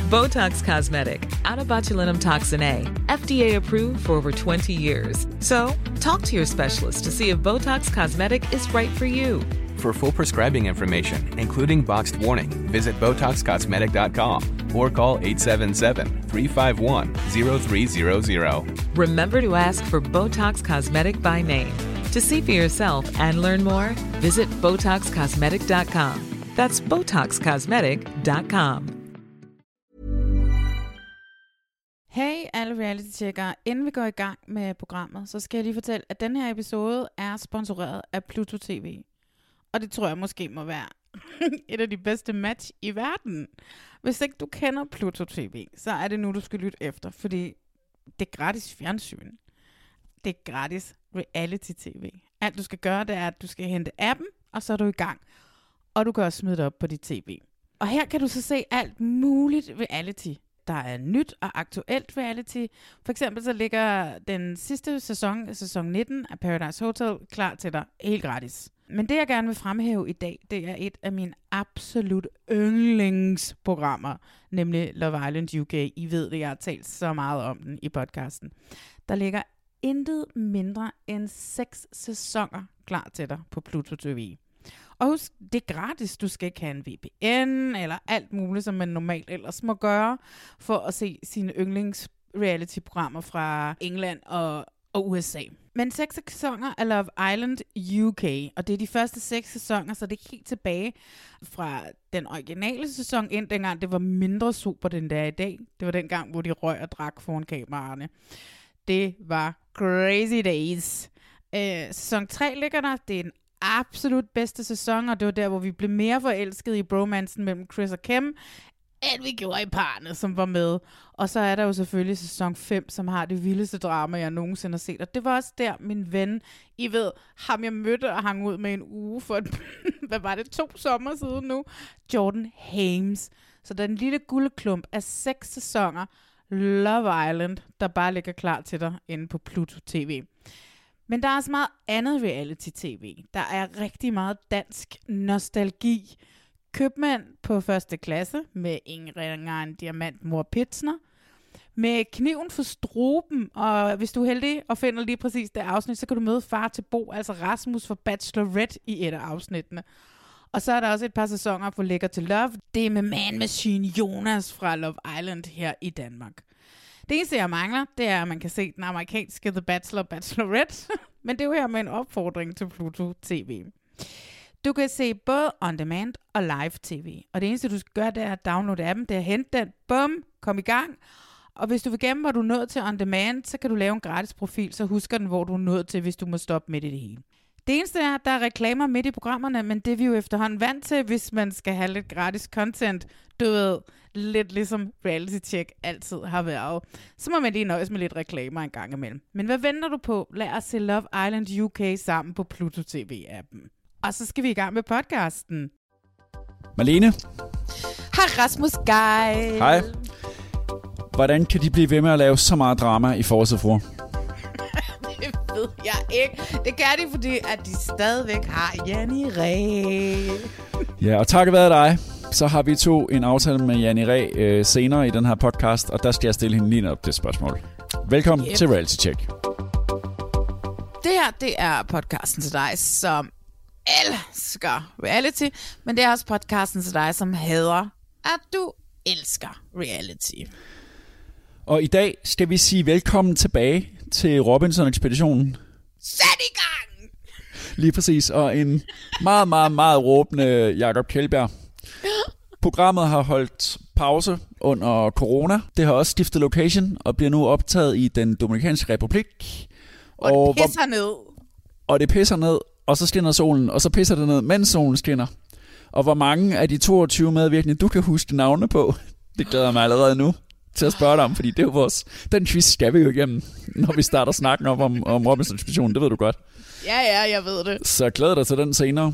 Botox Cosmetic, out of botulinum toxin A, FDA approved for over 20 years. So, talk to your specialist to see if Botox Cosmetic is right for you. For full prescribing information, including boxed warning, visit BotoxCosmetic.com or call 877-351-0300. Remember to ask for Botox Cosmetic by name. To see for yourself and learn more, visit BotoxCosmetic.com. That's BotoxCosmetic.com. Hey alle reality-tjekkere, inden vi går i gang med programmet, så skal jeg lige fortælle, at den her episode er sponsoreret af Pluto TV. Og det tror jeg måske må være et af de bedste match i verden. Hvis ikke du kender Pluto TV, så er det nu, du skal lytte efter, fordi det er gratis fjernsyn. Det er gratis reality-tv. Alt du skal gøre, det er, at du skal hente appen, og så er du i gang. Og du kan også smide det op på dit tv. Og her kan du så se alt muligt reality. Der er nyt og aktuelt reality. For eksempel så ligger den sidste sæson 19 af Paradise Hotel, klar til dig helt gratis. Men det jeg gerne vil fremhæve i dag, det er et af mine absolut yndlingsprogrammer, nemlig Love Island UK. I ved det, jeg har talt så meget om den i podcasten. Der ligger intet mindre end 6 sæsoner klar til dig på Pluto TV. Og husk, det er gratis. Du skal ikke have en VPN eller alt muligt, som man normalt ellers må gøre, for at se sine yndlings reality-programmer fra England og USA. Men 6 sæsoner af Love Island UK, og det er de første 6 sæsoner, så det er helt tilbage fra den originale sæson ind, dengang det var mindre super, den der i dag. Det var dengang, hvor de røg og drak foran kameraerne. Det var crazy days. Sæson 3 ligger der. Det er den absolut bedste sæson, og det var der, hvor vi blev mere forelsket i bromansen mellem Chris og Kim, end vi gjorde i parne, som var med. Og så er der jo selvfølgelig sæson 5, som har det vildeste drama, jeg nogensinde har set. Og det var også der, min ven, I ved, ham jeg mødte og hang ud med en uge for, hvad var det, 2 sommer siden nu? Jordan Hames. Så den lille guldeklump af 6 sæsoner Love Island, der bare ligger klar til dig inde på Pluto TV. Men der er også meget andet reality-tv. Der er rigtig meget dansk nostalgi. Købmand på 1. klasse med Ingrid en Diamant Mor Pitsner. Med Kniven for struben. Og hvis du er heldig og finder lige præcis det afsnit, så kan du møde far til Bo, altså Rasmus fra Bachelorette i et af afsnittene. Og så er der også et par sæsoner på Lækker til Love. Det er med Man Machine Jonas fra Love Island her i Danmark. Det eneste, jeg mangler, det er, at man kan se den amerikanske The Bachelor Bachelorette. Men det er jo her med en opfordring til Pluto TV. Du kan se både on demand og live tv. Og det eneste, du skal gøre, det er at downloade appen. Det er at hente den. Bum, kom i gang. Og hvis du vil gemme, hvor du er nået til on demand, så kan du lave en gratis profil, så husker den, hvor du er nået til, hvis du må stoppe midt i det hele. Det eneste er, at der er reklamer midt i programmerne, men det er vi jo efterhånden vant til, hvis man skal have lidt gratis content. Du ved, lidt ligesom reality check altid har været. Så må man lige nøjes med lidt reklamer en gang imellem. Men hvad venter du på? Lad os se Love Island UK sammen på Pluto TV-appen. Og så skal vi i gang med podcasten. Marlene. Hej Rasmus Geil. Hej. Hvordan kan de blive ved med at lave så meget drama i Forsøgfruer? Det ved jeg ikke. Det kan de, fordi at de stadigvæk har Janni Ræ. Ja, og takket være dig, så har vi to en aftale med Janni Ræ senere i den her podcast, og der skal jeg stille hende lige op det spørgsmål. Velkommen til Reality Check. Det her, det er podcasten til dig, som elsker reality, men det er også podcasten til dig, som hader, at du elsker reality. Og i dag skal vi sige velkommen tilbage til Robinson-ekspeditionen. Sæt i gang! Lige præcis, og en meget, meget, meget råbende Jakob Kjeldbjerg. Programmet har holdt pause under corona. Det har også skiftet location og bliver nu optaget i den Dominikanske Republik. Og det pisser ned. Og det pisser ned, og så skinner solen, og så pisser det ned, mens solen skinner. Og hvor mange af de 22 medvirkende, du kan huske navne på, det glæder mig allerede nu til at spørge dig om, fordi det er jo vores... Den quiz skal vi jo igennem, når vi starter snakken op om Robinson-ekspeditionen, det ved du godt. Ja, jeg ved det. Så glæder dig til den senere.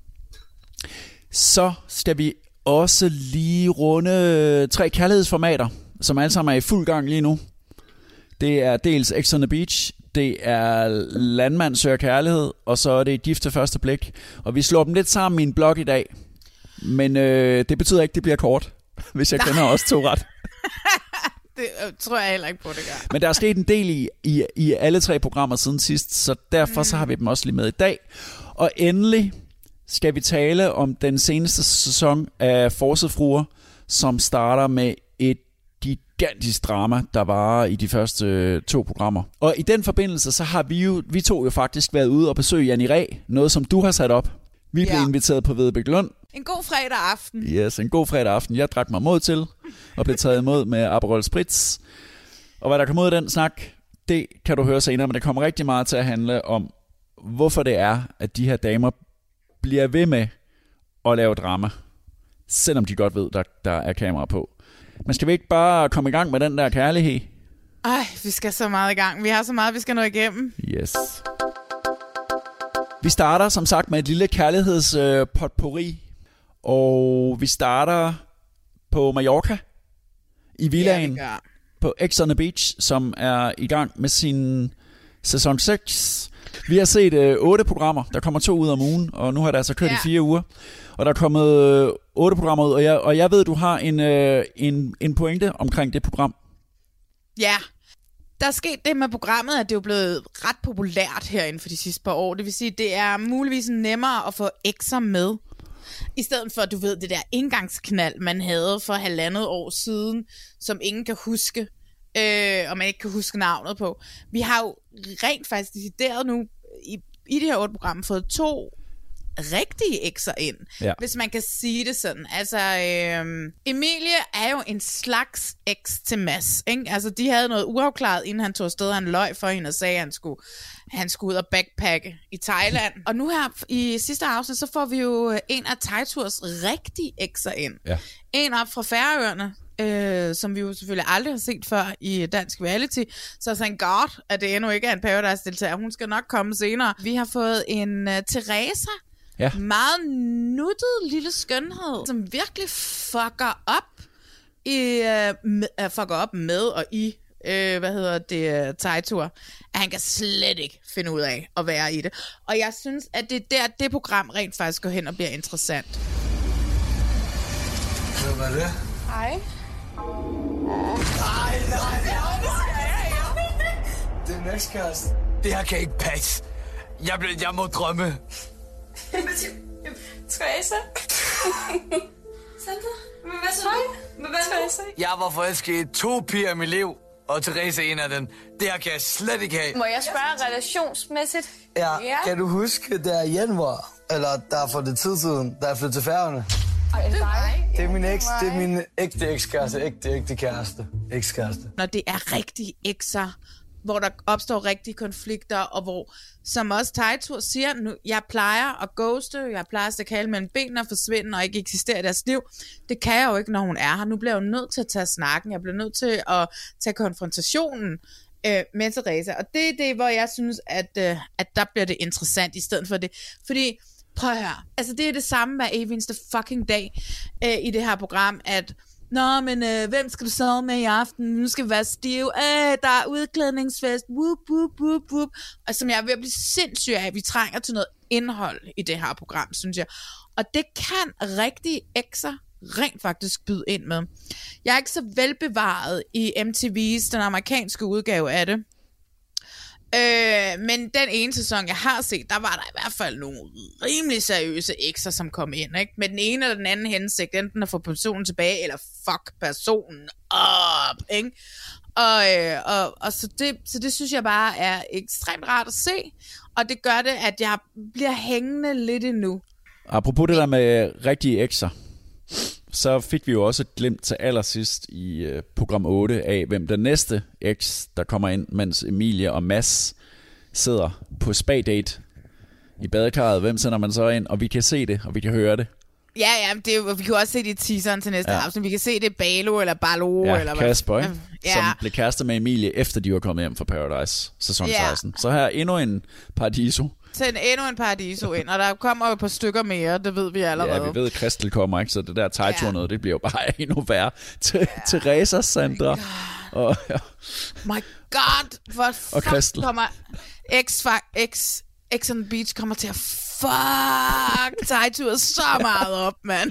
Så skal vi også lige runde 3 kærlighedsformater, som alle sammen er i fuld gang lige nu. Det er dels X on the Beach, det er Landmand søger kærlighed, og så er det Gift til første blik. Og vi slår dem lidt sammen i en blog i dag. Men det betyder ikke, det bliver kort. hvis jeg kender os to ret. Det tror jeg heller ikke på, det gør. Men der er sket en del i alle 3 programmer siden sidst, så derfor så har vi dem også lige med i dag. Og endelig skal vi tale om den seneste sæson af Forsædfruer, som starter med et gigantisk drama, der var i de første 2 programmer. Og i den forbindelse, så har vi to jo faktisk været ude og besøge Janni Ræ, noget som du har sat op. Vi blev inviteret på Vedbæk Lund. En god fredag aften. Yes, en god fredag aften. Jeg drak mig mod til og blev taget imod med Aperol Spritz. Og hvad der kom ud af den snak, det kan du høre senere, men det kommer rigtig meget til at handle om, hvorfor det er, at de her damer bliver ved med at lave drama, selvom de godt ved, der er kamera på. Men skal vi ikke bare komme i gang med den der kærlighed? Ej, vi skal så meget i gang. Vi har så meget, vi skal nå igennem. Yes. Vi starter som sagt med et lille kærlighedspotpourri, og vi starter på Mallorca, i villaen, på X on the Beach, som er i gang med sin sæson 6. Vi har set 8 programmer, der kommer 2 ud om ugen, og nu har det altså kørt i 4 uger. Og der er kommet 8 programmer ud, og jeg ved, du har en pointe omkring det program. Ja, der er sket det med programmet, at det er jo blevet ret populært herinde for de sidste par år. Det vil sige, det er muligvis nemmere at få X'er med, i stedet for, du ved, det der indgangsknald, man havde for 1,5 år siden, som ingen kan huske, og man ikke kan huske navnet på. Vi har jo rent faktisk decideret nu, i det her 8 program, fået 2 rigtige X'er ind, hvis man kan sige det sådan. Altså, Emilie er jo en slags X til Mads, ikke? Altså, de havde noget uafklaret, inden han tog afsted. Han løg for hende og sagde, at han skulle ud og backpacke i Thailand. Og nu her i sidste afsnit, så får vi jo en af Tejturs rigtige X'er ind. Ja. En op fra Færøerne, som vi jo selvfølgelig aldrig har set før i dansk reality. Så thank God, at det endnu ikke er en Paradise-deltager. Hun skal nok komme senere. Vi har fået en Teresa, meget nuttet lille skønhed, som virkelig fucker op med og i Tejtur, at han kan slet ikke finde ud af at være i det. Og jeg synes, at det er der, det program rent faktisk går hen og bliver interessant. Hvad er det? Hej. Nej. Det er næstkæreste. Det her kan ikke passe. Jeg må drømme. Teresa? Sandra? Hvad så du? Jeg var forelsket i 2 piger i mit liv, og Teresa en af dem. Det her kan jeg slet ikke have. Må jeg spørge relationsmæssigt? Ja, kan du huske, der i januar, eller der for det tid siden, da jeg flyttede til Færøerne? Det er min eks, det er min ægte ekskæreste, ægte kæreste, ekskæreste. Når det er rigtige ekser, hvor der opstår rigtige konflikter, og hvor, som også Tejtur siger, nu, jeg plejer at ghoste, jeg plejer at stikke halen mellem benene og forsvinde, og ikke eksistere i deres liv. Det kan jeg jo ikke, når hun er her. Nu bliver jeg jo nødt til at tage snakken, jeg bliver nødt til at tage konfrontationen med Teresa. Og det er det, hvor jeg synes, at der bliver det interessant i stedet for det. Fordi, prøv at høre, altså det er det samme hver eneste fucking dag i det her program, at nå, men hvem skal du sove med i aften? Nu skal vi være stive. Der er udklædningsfest. Whoop, whoop, whoop, whoop. Og som jeg er ved at blive sindssyg af, vi trænger til noget indhold i det her program, synes jeg. Og det kan rigtige ekser rent faktisk byde ind med. Jeg er ikke så velbevaret i MTV's, den amerikanske udgave af det. Men den ene sæson, jeg har set, der var der i hvert fald nogle rimelig seriøse ekser, som kom ind, ikke? Med den ene eller den anden hensigt, enten at få personen tilbage, eller fuck personen op, ikke? Og så det synes jeg bare er ekstremt rart at se, og det gør det, at jeg bliver hængende lidt endnu. Apropos det der med rigtige ekser, så fik vi jo også et glimt til allersidst i program 8 af, hvem den næste eks, der kommer ind, mens Emilie og Mads sidder på spa-date i badekarret. Hvem sender man så ind? Og vi kan se det, og vi kan høre det. Ja, vi kan også se det i teaseren til næste afsnit. Vi kan se det Balo eller Barlo. Eller Kasper, ikke? Som blev kærester med Emilie, efter de var kommet hjem fra Paradise sæson 16. Så her endnu en Paradiso. Send endnu en Paradiso ind, og der kommer jo et par stykker mere, det ved vi allerede. Ja, vi ved, at Kristel kommer, ikke? Så det der Tejtur noget, det bliver jo bare endnu værre. Teresa, Sandra og my god, hvor fuck kommer X on the Beach kommer til at fuck Tejtur så meget op, mand.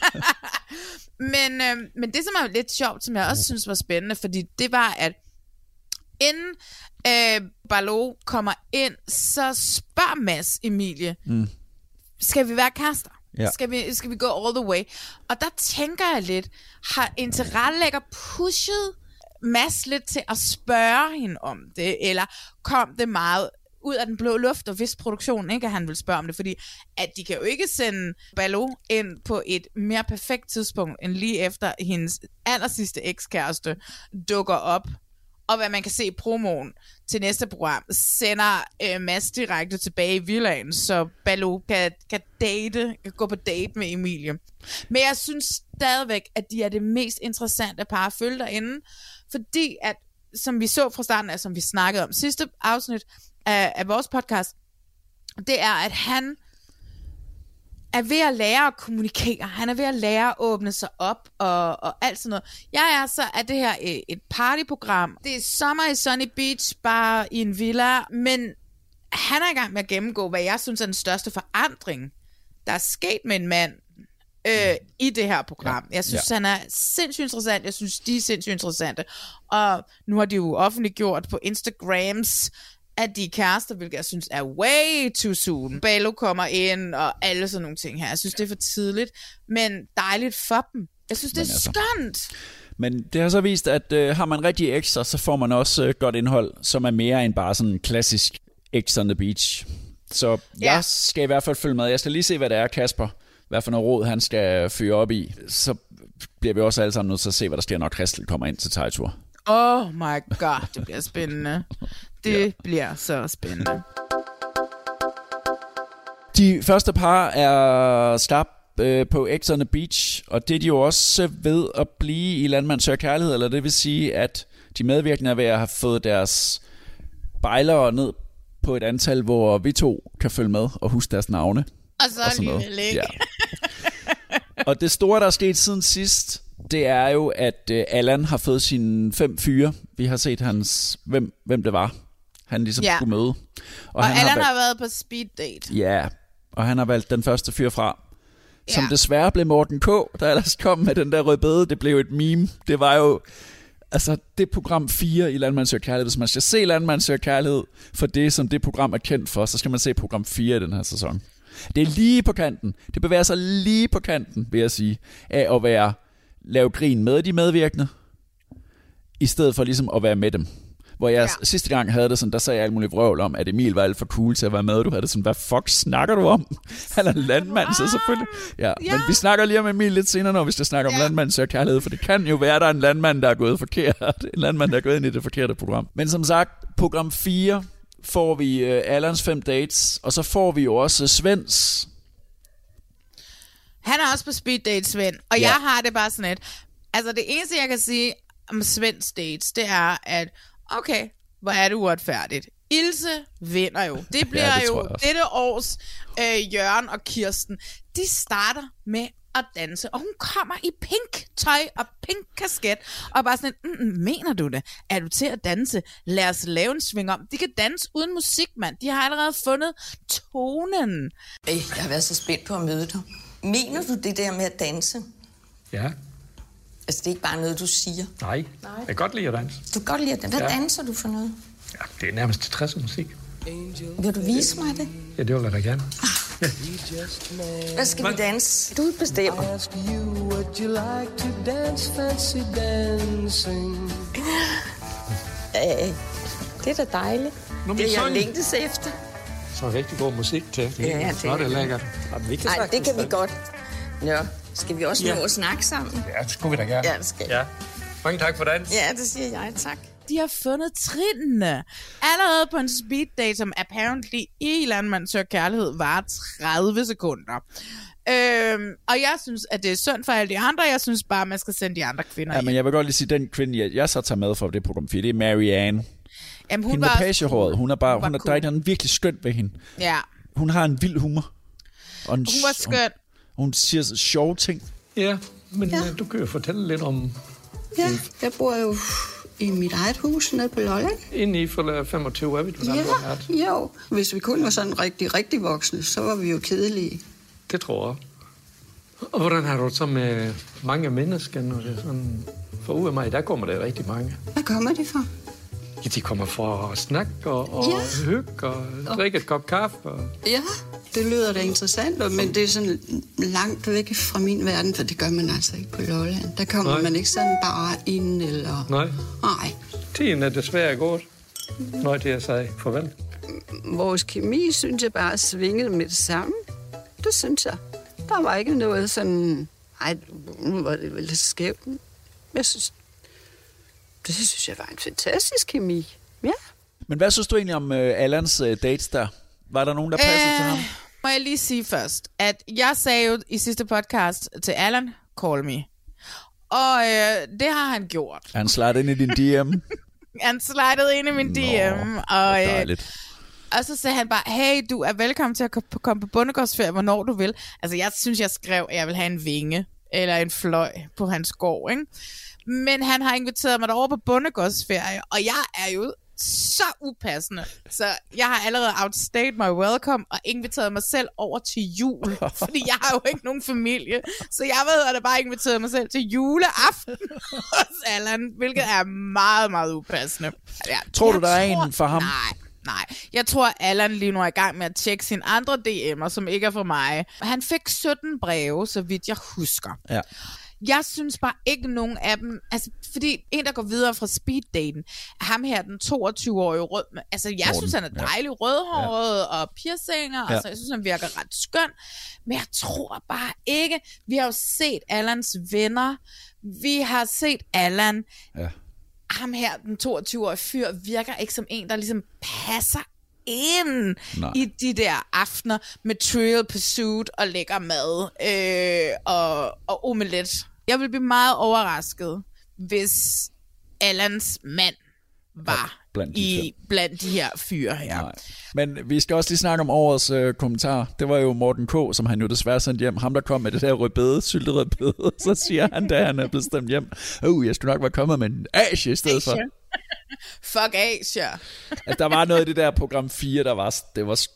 men det, som er lidt sjovt, som jeg også synes var spændende, fordi det var, at inden Baloo kommer ind, så spørger Mads Emilie, skal vi være kærester? Ja. Skal vi gå all the way? Og der tænker jeg lidt, har Interallægger pushet Mads lidt til at spørge hende om det, eller kom det meget ud af den blå luft, og hvis produktionen ikke, at han vil spørge om det, fordi at de kan jo ikke sende Baloo ind på et mere perfekt tidspunkt, end lige efter hendes allersidste ekskæreste dukker op. Og hvad man kan se i promoen til næste program, sender Mads direkte tilbage i villaen, så Baloo kan gå på date med Emilie. Men jeg synes stadigvæk, at de er det mest interessante par at følge derinde, fordi at, som vi så fra starten af, som vi snakkede om sidste afsnit af vores podcast, det er, at han er ved at lære at kommunikere. Han er ved at lære at åbne sig op og alt sådan noget. Så er det her et partyprogram. Det er sommer i Sunny Beach, bare i en villa, men han er i gang med at gennemgå, hvad jeg synes er den største forandring, der er sket med en mand i det her program. Jeg synes, han er sindssygt interessant. Jeg synes, de er sindssygt interessante. Og nu har de jo offentliggjort på Instagrams, at de er kærester, hvilket jeg synes er way too soon. Baloo kommer ind, og alle sådan nogle ting her. Jeg synes, det er for tidligt, men dejligt for dem. Jeg synes, det er skønt. Men det har så vist, at har man rigtig ekstra, så får man også godt indhold, som er mere end bare sådan en klassisk X on the Beach. Så jeg skal i hvert fald følge med. Jeg skal lige se, hvad det er, Kasper, hvad for noget råd han skal fyre op i. Så bliver vi også alle sammen nødt til at se, hvad der sker, når Christel kommer ind til Tejtur. Oh my god, det bliver spændende. Det bliver så spændende. De første par er start på X on the Beach, og det er de jo også ved at blive i Landmand søger kærlighed, eller det vil sige, at de medvirkende er ved at have fået deres bejlere ned på et antal, hvor vi to kan følge med og huske deres navne. Og så alligevel ikke. Ja. Og det store, der er sket siden sidst, det er jo, at Allan har fået sine 5 fyre. Vi har set hans, hvem det var, han ligesom skulle møde. Og Allan har været på speed date. Ja, og han har valgt den første fyr fra. Som desværre blev Morten K., der ellers kom med den der rødbede. Det blev et meme. Det var jo, altså det program 4 i Landmand søger kærlighed. Hvis man skal se Landmand søger kærlighed for det, som det program er kendt for, så skal man se program 4 i den her sæson. Det er lige på kanten. Det bevæger sig lige på kanten, vil jeg sige, af at lave grin med de medvirkende, i stedet for ligesom at være med dem. Hvor jeg sidste gang havde det sådan, der sagde jeg alt muligt vrøvl om, at Emil var alt for cool til at være med, og du havde det sådan, hvad fuck snakker du om? Han er landmand, så selvfølgelig. Ja. Men vi snakker lige om Emil lidt senere, når vi skal snakke om Landmand søger kærlighed, for det kan jo være, at der er en landmand, der er gået forkert. En landmand, der er gået ind i det forkerte program. Men som sagt, program 4 får vi Allans 5 dates, og så får vi jo også Svends. Han er også på speed date, Svend, og jeg har det bare sådan et. Altså det eneste, jeg kan sige om Svends dates, det er, at okay, hvor er det uretfærdigt. Ilse vinder jo. Det bliver det jo dette års Jørgen og Kirsten. De starter med at danse, og hun kommer i pink tøj og pink kasket, og bare sådan, mener du det? Er du til at danse? Lad os lave en sving om. De kan danse uden musik, mand. De har allerede fundet tonen. Jeg har været så spændt på at møde dig. Mener du det der med at danse? Ja. Altså, det er ikke bare noget, du siger? Nej. Jeg kan godt lide at danse. Du kan godt lide at danse. Hvad danser du for noget? Ja, det er nærmest 60'er musik. Vil du vise mig det? Ja, det vil jeg da gerne. Ja. Hvad skal vi danse? Du bestemmer. Det er da dejligt. Det er jeg længtes efter. Så rigtig god musik til. Ja, det er lækkert. Nej, det kan vi godt. Ja. Skal vi også nå at snakke sammen? Ja, det skulle vi da gerne. Ja, det skal. Ja. Mange tak for dans. Ja, det siger jeg. Tak. De har fundet trinene. Allerede på en speed date, som apparently i Landmand søger kærlighed var 30 sekunder. Og jeg synes, at det er synd for alle de andre. Jeg synes bare, man skal sende de andre kvinder men jeg vil godt lige sige, den kvinde, jeg så tager med for det program 4, det er Marianne. Jamen, hende med pagehåret. Hun er bare, der er en virkelig skønt ved hende. Ja. Hun har en vild humor. Og hun var skøn. Hun siger så sjove ting. Ja, men du kan jo fortælle lidt om... Ja, jeg bor jo i mit eget hus nede på Lolland. Inde i for 25 år, hvordan du har haft. Jo. Hvis vi kun var sådan rigtig voksne, så var vi jo kedelige. Det tror jeg. Og hvordan har du så med mange mennesker, når det er sådan... For ude af mig, der kommer der rigtig mange. Hvad kommer de fra? Ja, de kommer for at snakke og hygge og drikke et kop kaffe. Ja, det lyder da interessant, men det er sådan langt væk fra min verden, for det gør man altså ikke på Lolland. Der kommer man ikke sådan bare ind, eller... Nej. Tiden er desværre gået, når det er sig farvel. Vores kemi, synes jeg, bare svingede med det samme. Det synes jeg. Der var ikke noget sådan... Ej, nu var det vel lidt skævt. Det synes jeg var en fantastisk kemi. Ja. Men hvad synes du egentlig om Allans dates der? Var der nogen, der passede til ham? Må jeg lige sige først, at jeg sagde jo i sidste podcast til Allan, call me. Og det har han gjort. Han slidede ind i din DM. Han slidede ind i min DM. Og, dejligt. Og så sagde han bare, hey, du er velkommen til at komme på bondegårdsferie, hvornår du vil. Altså, jeg synes, jeg skrev, at jeg vil have en vinge eller en fløj på hans gård, ikke? Men han har inviteret mig derover på bondegårdsferie, og jeg er jo så upassende. Så jeg har allerede outstayed my welcome og inviteret mig selv over til jul, fordi jeg har jo ikke nogen familie. Så jeg ved, at bare inviteret mig selv til juleaften hos Allan, hvilket er meget, meget upassende. Tror du, der er en for ham? Nej, jeg tror, at Allan lige nu er i gang med at tjekke sine andre DM'er, som ikke er for mig. Han fik 17 breve, så vidt jeg husker. Ja. Jeg synes bare ikke nogen af dem, altså fordi en, der går videre fra speeddaten, ham her, den 22-årige rød, altså jeg synes, han er dejlig rødhåret og piercinger, altså jeg synes, han virker ret skøn, men jeg tror bare ikke, vi har jo set Allans venner, vi har set Allan, ham her, den 22-årige fyr, virker ikke som en, der ligesom passer ind i de der aftener med Trivial Pursuit og lækker mad og omelet. Jeg vil blive meget overrasket, hvis Allans mand var blandt de her fyre her. Nej. Men vi skal også lige snakke om årets kommentar. Det var jo Morten K., som han jo desværre sendte hjem. Ham, der kom med det der rødbede, sylterødbede. Så siger han, da han er blevet stemt hjem, jeg skulle nok være kommet med en Asia i stedet for. Fuck Asia. At der var noget i det der program 4, der var,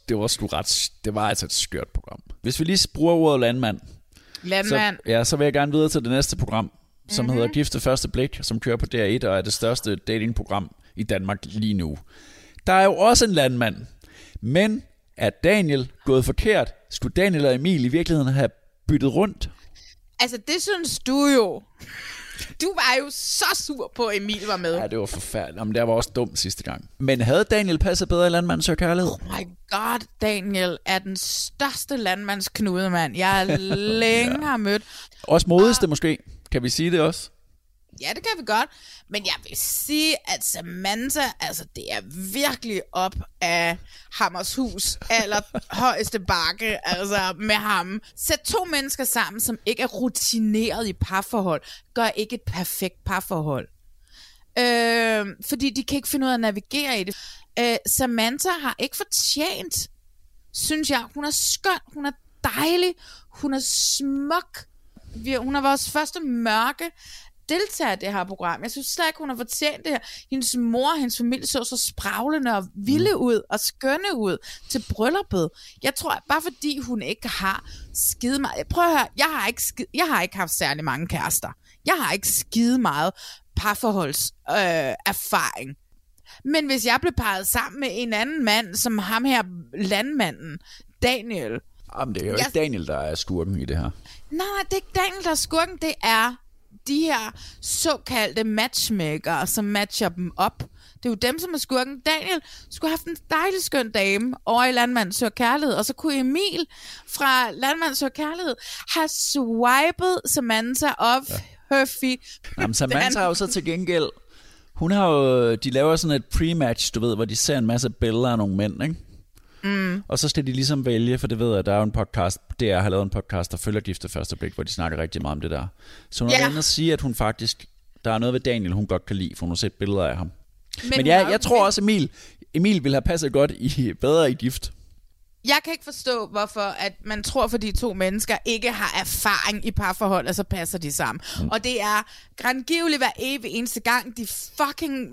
det var altså et skørt program. Hvis vi lige bruger ordet landmand. Så vil jeg gerne videre til det næste program, som hedder Gift ved første blik, som kører på DR1 og er det største datingprogram i Danmark lige nu. Der er jo også en landmand, men er Daniel gået forkert? Skulle Daniel og Emil i virkeligheden have byttet rundt? Altså det synes du jo. Du var jo så sur på, at Emil var med. Ja, det var forfærdeligt. Men det var også dumt sidste gang. Men havde Daniel passet bedre i Landmand søger kærlighed? Oh my god, Daniel er den største landmandsknudemand, jeg længe har mødt. Også modigste måske. Kan vi sige det også? Ja, det kan vi godt. Men jeg vil sige, at Samantha, altså det er virkelig op af Hammershus, eller højeste bakke, altså med ham. Sæt 2 mennesker sammen, som ikke er rutineret i parforhold, gør ikke et perfekt parforhold. Fordi de kan ikke finde ud af at navigere i det. Samantha har ikke fortjent, synes jeg. Hun er skøn, hun er dejlig, hun er smuk. Hun er vores første mørke deltager i det her program. Jeg synes slet ikke, hun har fortjent det her. Hendes mor og hendes familie så spraglende og vilde ud og skønne ud til brylluppet. Jeg tror, bare fordi hun ikke har skide meget... Prøv at høre, jeg har ikke haft særlig mange kærester. Jeg har ikke skide meget parforholdserfaring. Men hvis jeg blev parret sammen med en anden mand, som ham her landmanden, Daniel... Jamen, det er jo ikke Daniel, der er skurken i det her. Nej, det er ikke Daniel, der er skurken. Det er de her såkaldte matchmaker, som matcher dem op. Det er jo dem, som er skurken. Daniel skulle have haft en dejlig skøn dame over i Landmand søger kærlighed, og så kunne Emil fra Landmand søger kærlighed have swipet Samantha op her feet. Jamen, Samantha har jo så til gengæld, hun har jo, de laver sådan et pre-match, du ved, hvor de ser en masse billeder af nogle mænd, ikke? Og så skal de ligesom vælge, for det ved jeg, der er jo en podcast, DR har lavet en podcast, der følger Gift ved første blik, hvor de snakker rigtig meget om det der. Så hun har inde at sige, at hun faktisk, der er noget ved Daniel, hun godt kan lide, for hun har set billeder af ham. Men ja, jeg tror også, Emil ville have passet godt bedre i Gift. Jeg kan ikke forstå, hvorfor at man tror, for de to mennesker ikke har erfaring i parforhold, og så passer de sammen. Og det er grandgiveligt hver evig eneste gang, de fucking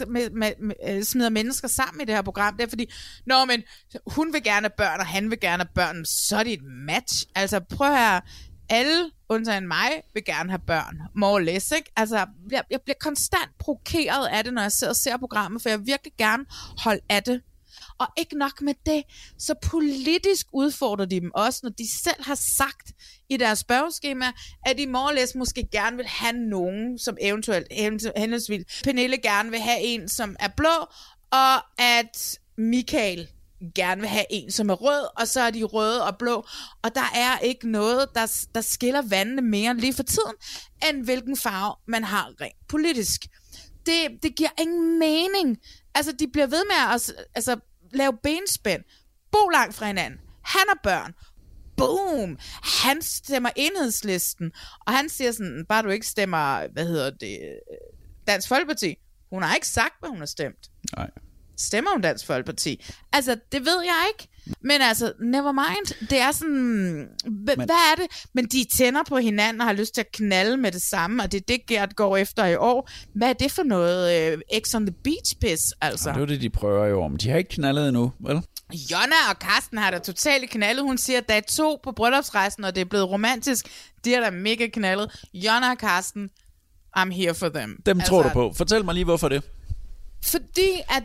smider mennesker sammen i det her program. Det er fordi, men hun vil gerne have børn, og han vil gerne have børn, så er det et match. Altså prøv her, alle undtagen mig vil gerne have børn. More or less, ikke? Altså, jeg bliver konstant provokeret af det, når jeg sidder og ser programmet, for jeg vil virkelig gerne holde af det. Og ikke nok med det, så politisk udfordrer de dem også, når de selv har sagt i deres spørgeskema, at de more or less måske gerne vil have nogen, som eventuelt henholdsvis Pernille gerne vil have en, som er blå, og at Michael gerne vil have en, som er rød, og så er de røde og blå, og der er ikke noget, der skiller vandene mere lige for tiden, end hvilken farve man har rent politisk. Det giver ingen mening. Altså, de bliver ved med at lave benspænd, bo langt fra hinanden, han har børn, boom, han stemmer Enhedslisten, og han siger sådan, bare du ikke stemmer, Dansk Folkeparti. Hun har ikke sagt, hvad hun har stemt. Nej. Stemmer hun Dansk Folkeparti? Altså, det ved jeg ikke. Men altså, never mind. Det er sådan, hvad er det? Men de tænder på hinanden og har lyst til at knalde med det samme, og det er det, Gert går efter i år. Hvad er det for noget X on the Beach piss, altså? Ja, det er det, de prøver jo om. De har ikke knaldet endnu, vel? Jonna og Karsten har da totalt knaldet. Hun siger, at der er 2 på bryllupsrejsen, og det er blevet romantisk. De har da mega knaldet. Jonna og Karsten, I'm here for them. Dem tror du på. Fortæl mig lige, hvorfor det. Fordi at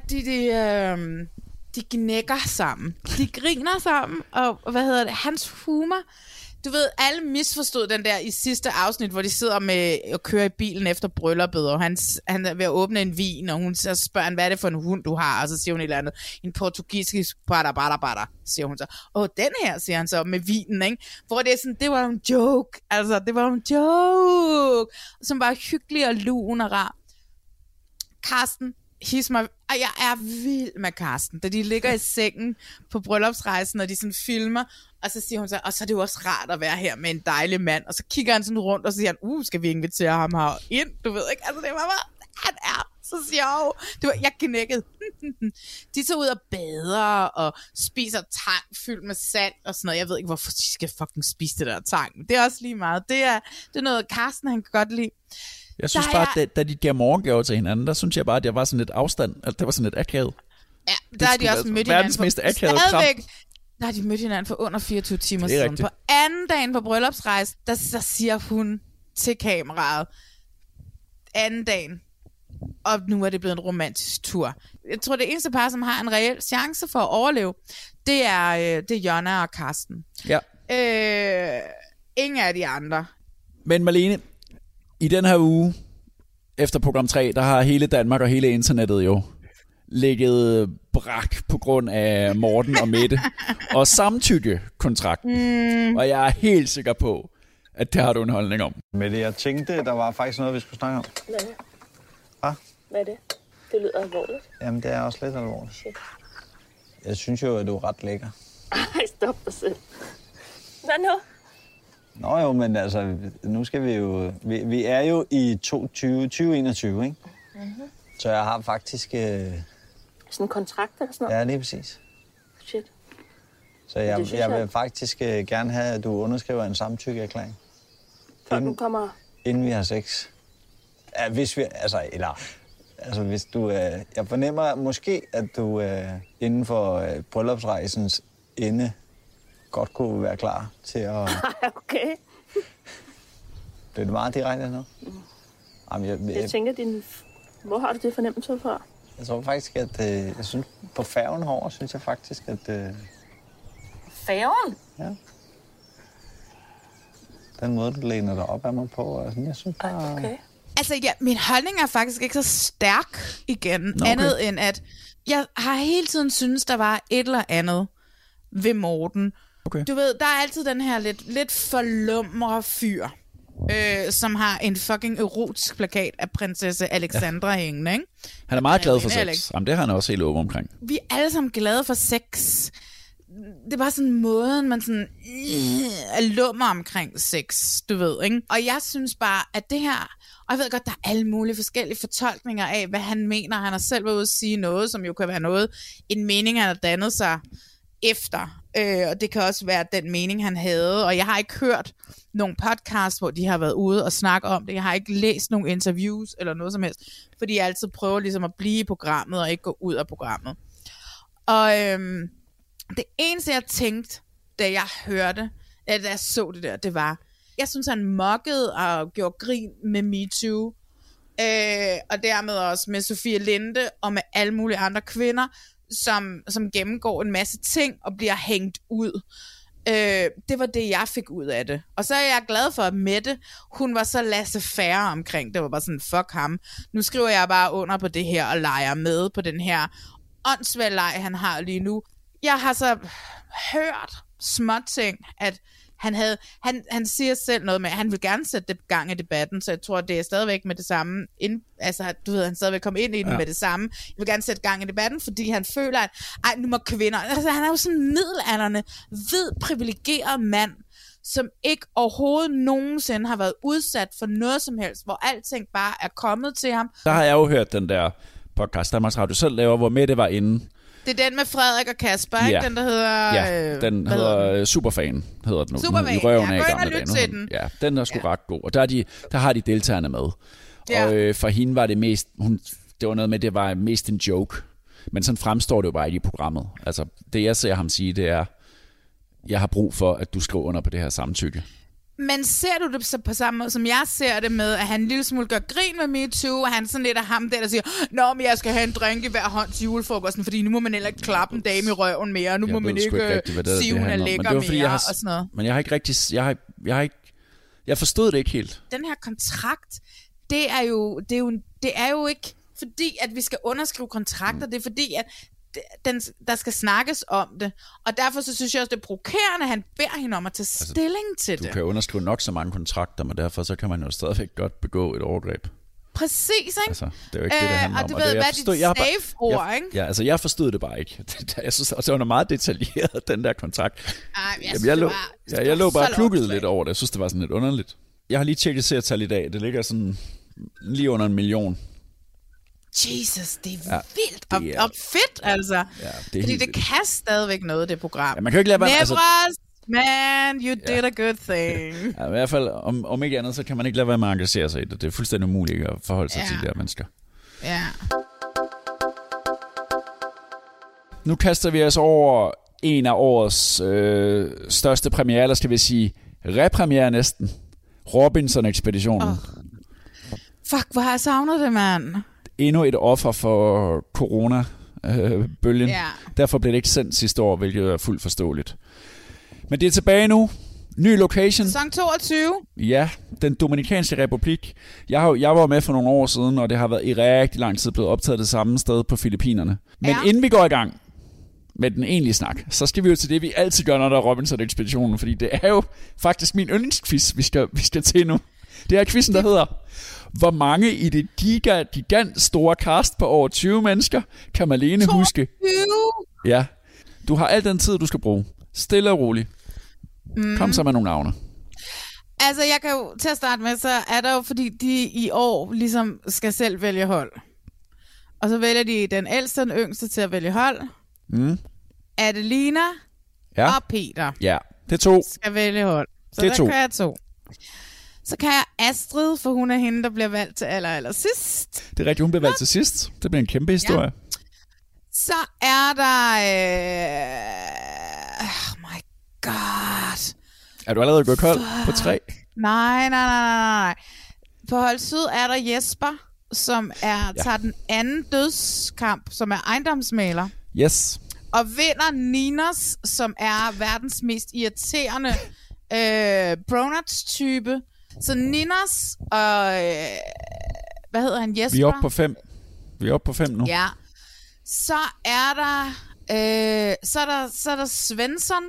de gnækker sammen. De griner sammen, og hans humor. Du ved, alle misforstod den der i sidste afsnit, hvor de sidder med og kører i bilen efter brylluppet, og han er ved at åbne en vin, og hun så spørger han, hvad er det for en hund, du har? Og så siger hun et eller andet, en portugisisk bada, siger hun så. Den her, siger han så, med vinen, ikke? Hvor det er sådan, det var en joke. Altså, det var en joke. Som var hyggelig og lun og rar. Karsten, og jeg er vild med Karsten, da de ligger i sengen på bryllupsrejsen, og de sådan filmer, og så siger hun så, og så er det jo også rart at være her med en dejlig mand, og så kigger han sådan rundt, og så siger han, skal vi invitere ham her ind, du ved ikke, altså det var bare, han er så sjov, jeg knækkede. De tager ud og bader, og spiser tang fyldt med salt, og sådan noget, jeg ved ikke, hvorfor de skal fucking spise det der tang, det er også lige meget, det er noget, Karsten han kan godt lide. Jeg synes bare, at da de gav morgengaver til hinanden, der synes jeg bare, at jeg var sådan lidt afstand. Altså, det var sådan lidt akavet. Ja, der er de også mødt hinanden. Verdens mest akavede kram. Der har de mødt hinanden for under 24 timer siden. Rigtigt. På anden dagen på bryllupsrejse, der siger hun til kameraet, anden dagen, og nu er det blevet en romantisk tur. Jeg tror, det eneste par, som har en reel chance for at overleve, det er Jonna og Karsten. Ja. Ingen af de andre. Men Malene, i den her uge, efter program 3, der har hele Danmark og hele internettet jo ligget brak på grund af Morten og Mette og samtykkekontrakten. Og jeg er helt sikker på, at det har du en holdning om. Mette, jeg tænkte, der var faktisk noget, vi skulle snakke om. Hvad? Hvad? Hvad er det? Det lyder alvorligt. Jamen, det er også lidt alvorligt. Shit. Jeg synes jo, at du er ret lækker. Ej, stop dig selv. Hvad nu? Nå jo, men altså, nu skal vi jo... Vi er jo i 2021, ikke? Mm-hmm. Så jeg har faktisk... Sådan en kontrakt eller sådan noget? Ja, lige præcis. Shit. Så jeg vil faktisk gerne have, at du underskriver en samtykkeerklæring. Før du kommer... Inden vi har sex. Ja, hvis vi... Altså, hvis du... jeg fornemmer måske, at du inden for bryllupsrejsens ende godt kunne være klar til at... Okay. Bliver det meget direkte nu? Mm. Jamen, jeg tænker, hvor har du det fornemmelse fra? Jeg tror faktisk, at... jeg synes, på færgen herovre, synes jeg faktisk, at... Færgen? Ja. Den måde, du læner dig op af mig på, og sådan, jeg synes bare... Okay. Altså, ja, min holdning er faktisk ikke så stærk igen, andet end at jeg har hele tiden syntes, der var et eller andet ved Morten. Okay. Du ved, der er altid den her lidt forlumre fyr, som har en fucking erotisk plakat af prinsesse Alexandra hængende, ikke? Han er meget glad for sex. Jamen, det har han også helt åben omkring. Vi er alle sammen glade for sex. Det er bare sådan måden, man sådan lummer omkring sex, du ved, ikke? Og jeg synes bare, at det her... Og jeg ved godt, der er alle mulige forskellige fortolkninger af, hvad han mener. Han har selv været ude at sige noget, som jo kan være noget, en mening, han har dannet sig efter, Og det kan også være den mening, han havde. Og jeg har ikke hørt nogle podcasts, hvor de har været ude og snakke om det. Jeg har ikke læst nogle interviews eller noget som helst, fordi jeg altid prøver ligesom at blive i programmet og ikke gå ud af programmet. Og det eneste, jeg tænkte, da jeg hørte, da jeg så det var, jeg synes, han mokkede og gjorde grin med MeToo, og dermed også med Sofie Linde og med alle mulige andre kvinder, som gennemgår en masse ting og bliver hængt ud. Det var det, jeg fik ud af det. Og så er jeg glad for, at Mette, hun var så laissez-faire omkring. Det var bare sådan, fuck ham. Nu skriver jeg bare under på det her og leger med på den her åndssvage han har lige nu. Jeg har så hørt småting, at han siger selv noget med, at han vil gerne sætte det gang i debatten, så jeg tror, det er stadigvæk med det samme, han stadigvæk kommer ind i den med det samme. Jeg vil gerne sætte gang i debatten, fordi han føler, at nu må kvinder, altså han er jo sådan en middelaldrende, hvid, privilegeret mand, som ikke overhovedet nogensinde har været udsat for noget som helst, hvor alting bare er kommet til ham. Der har jeg jo hørt den der podcast, Danmarks Radio selv laver, hvor Mette var inde. Det er den med Frederik og Kasper, ikke? Den, der hedder... Ja, den hedder Superfan, hedder den nu. Superfan, i røven af gå ind gamle og lyt dage. til den. Ja, den er sgu ret god. Og der har de deltagerne med. Ja. Og for hende var det mest... det var noget med, det var mest en joke. Men sådan fremstår det jo bare ikke i programmet. Altså, det jeg ser ham sige, det er, jeg har brug for, at du skriver under på det her samtykke. Men ser du det så på samme måde, som jeg ser det med, at han en lille smule gør grin med MeToo, og han sådan lidt af ham der siger, nå, men jeg skal have en drink i hver hånd til julefrokosten, fordi nu må man heller ikke klappe en dame i røven mere, nu må man ikke sige, hun er lækker mere, og sådan noget. Men jeg har ikke rigtig... Jeg forstod det ikke helt. Den her kontrakt, det er jo ikke fordi, at vi skal underskrive kontrakter, det er fordi, at der skal snakkes om det. Og derfor så synes jeg også, det er provokerende, at han beder hende om at tage stilling til det. Du kan jo underskrive nok så mange kontrakter, men derfor så kan man jo stadigvæk godt begå et overgreb. Præcis, ikke? Altså, det er jo ikke det handler om. Og du ved, hvad er dit safe-ord, ikke? Ja, altså jeg forstod det bare ikke. Jeg synes også, det var meget detaljeret, den der kontrakt. Jeg lå bare klukket lidt over det. Jeg synes, det var sådan lidt underligt. Jeg har lige tjekket seertal i dag. Det ligger sådan lige under 1 million. Jesus, det er vildt og fedt, altså. Ja, fordi det kan stadigvæk noget, det program. Ja, man kan jo ikke lade være... Nevros, man, you did a good thing. Ja, i hvert fald, om ikke andet, så kan man ikke lade være med at engagere sig i det. Det er fuldstændig umuligt at forholde sig til de der mennesker. Ja. Nu kaster vi os over en af årets største premiere, eller skal vi sige repremiere næsten. Robinson-ekspeditionen. Fuck, hvor har jeg savnet det, mand. Endnu et offer for corona-bølgen. Derfor blev det ikke sendt sidste år, hvilket er fuldt forståeligt. Men det er tilbage nu. Ny location. Sæson 22. Ja, den Dominikanske Republik. Jeg var med for nogle år siden, og det har været i rigtig lang tid blevet optaget det samme sted på Filippinerne. Men inden vi går i gang med den egentlige snak, så skal vi jo til det, vi altid gør, når der er Robinson-ekspeditionen, fordi det er jo faktisk min yndlingsquiz, vi skal til nu. Det er quizzen, der hedder: hvor mange i det gigant store cast på over 20 mennesker kan Malene huske? 20? Ja. Du har al den tid, du skal bruge. Stille og roligt. Kom så med nogle navne. Altså, jeg kan jo til at starte med, så er der jo, fordi de i år ligesom skal selv vælge hold. Og så vælger de den ældste og den yngste til at vælge hold. Adelina og Peter. Ja, det er 2. Skal vælge hold. Så det er 2. kan jeg 2. Så kan jeg Astrid, for hun er hende, der bliver valgt til aller sidst. Det er rigtigt, hun bliver valgt til sidst. Det bliver en kæmpe historie. Ja. Så er der... oh my god. Er du allerede gået kold på 3? Nej. På hold syd er der Jesper, som tager den anden dødskamp, som er ejendomsmægler. Yes. Og vinder Ninos, som er verdens mest irriterende Bronats-type. Så Ninos og... hvad hedder han? Jesper? Vi er oppe på 5 nu. Ja. Så er der... så er der Svensson,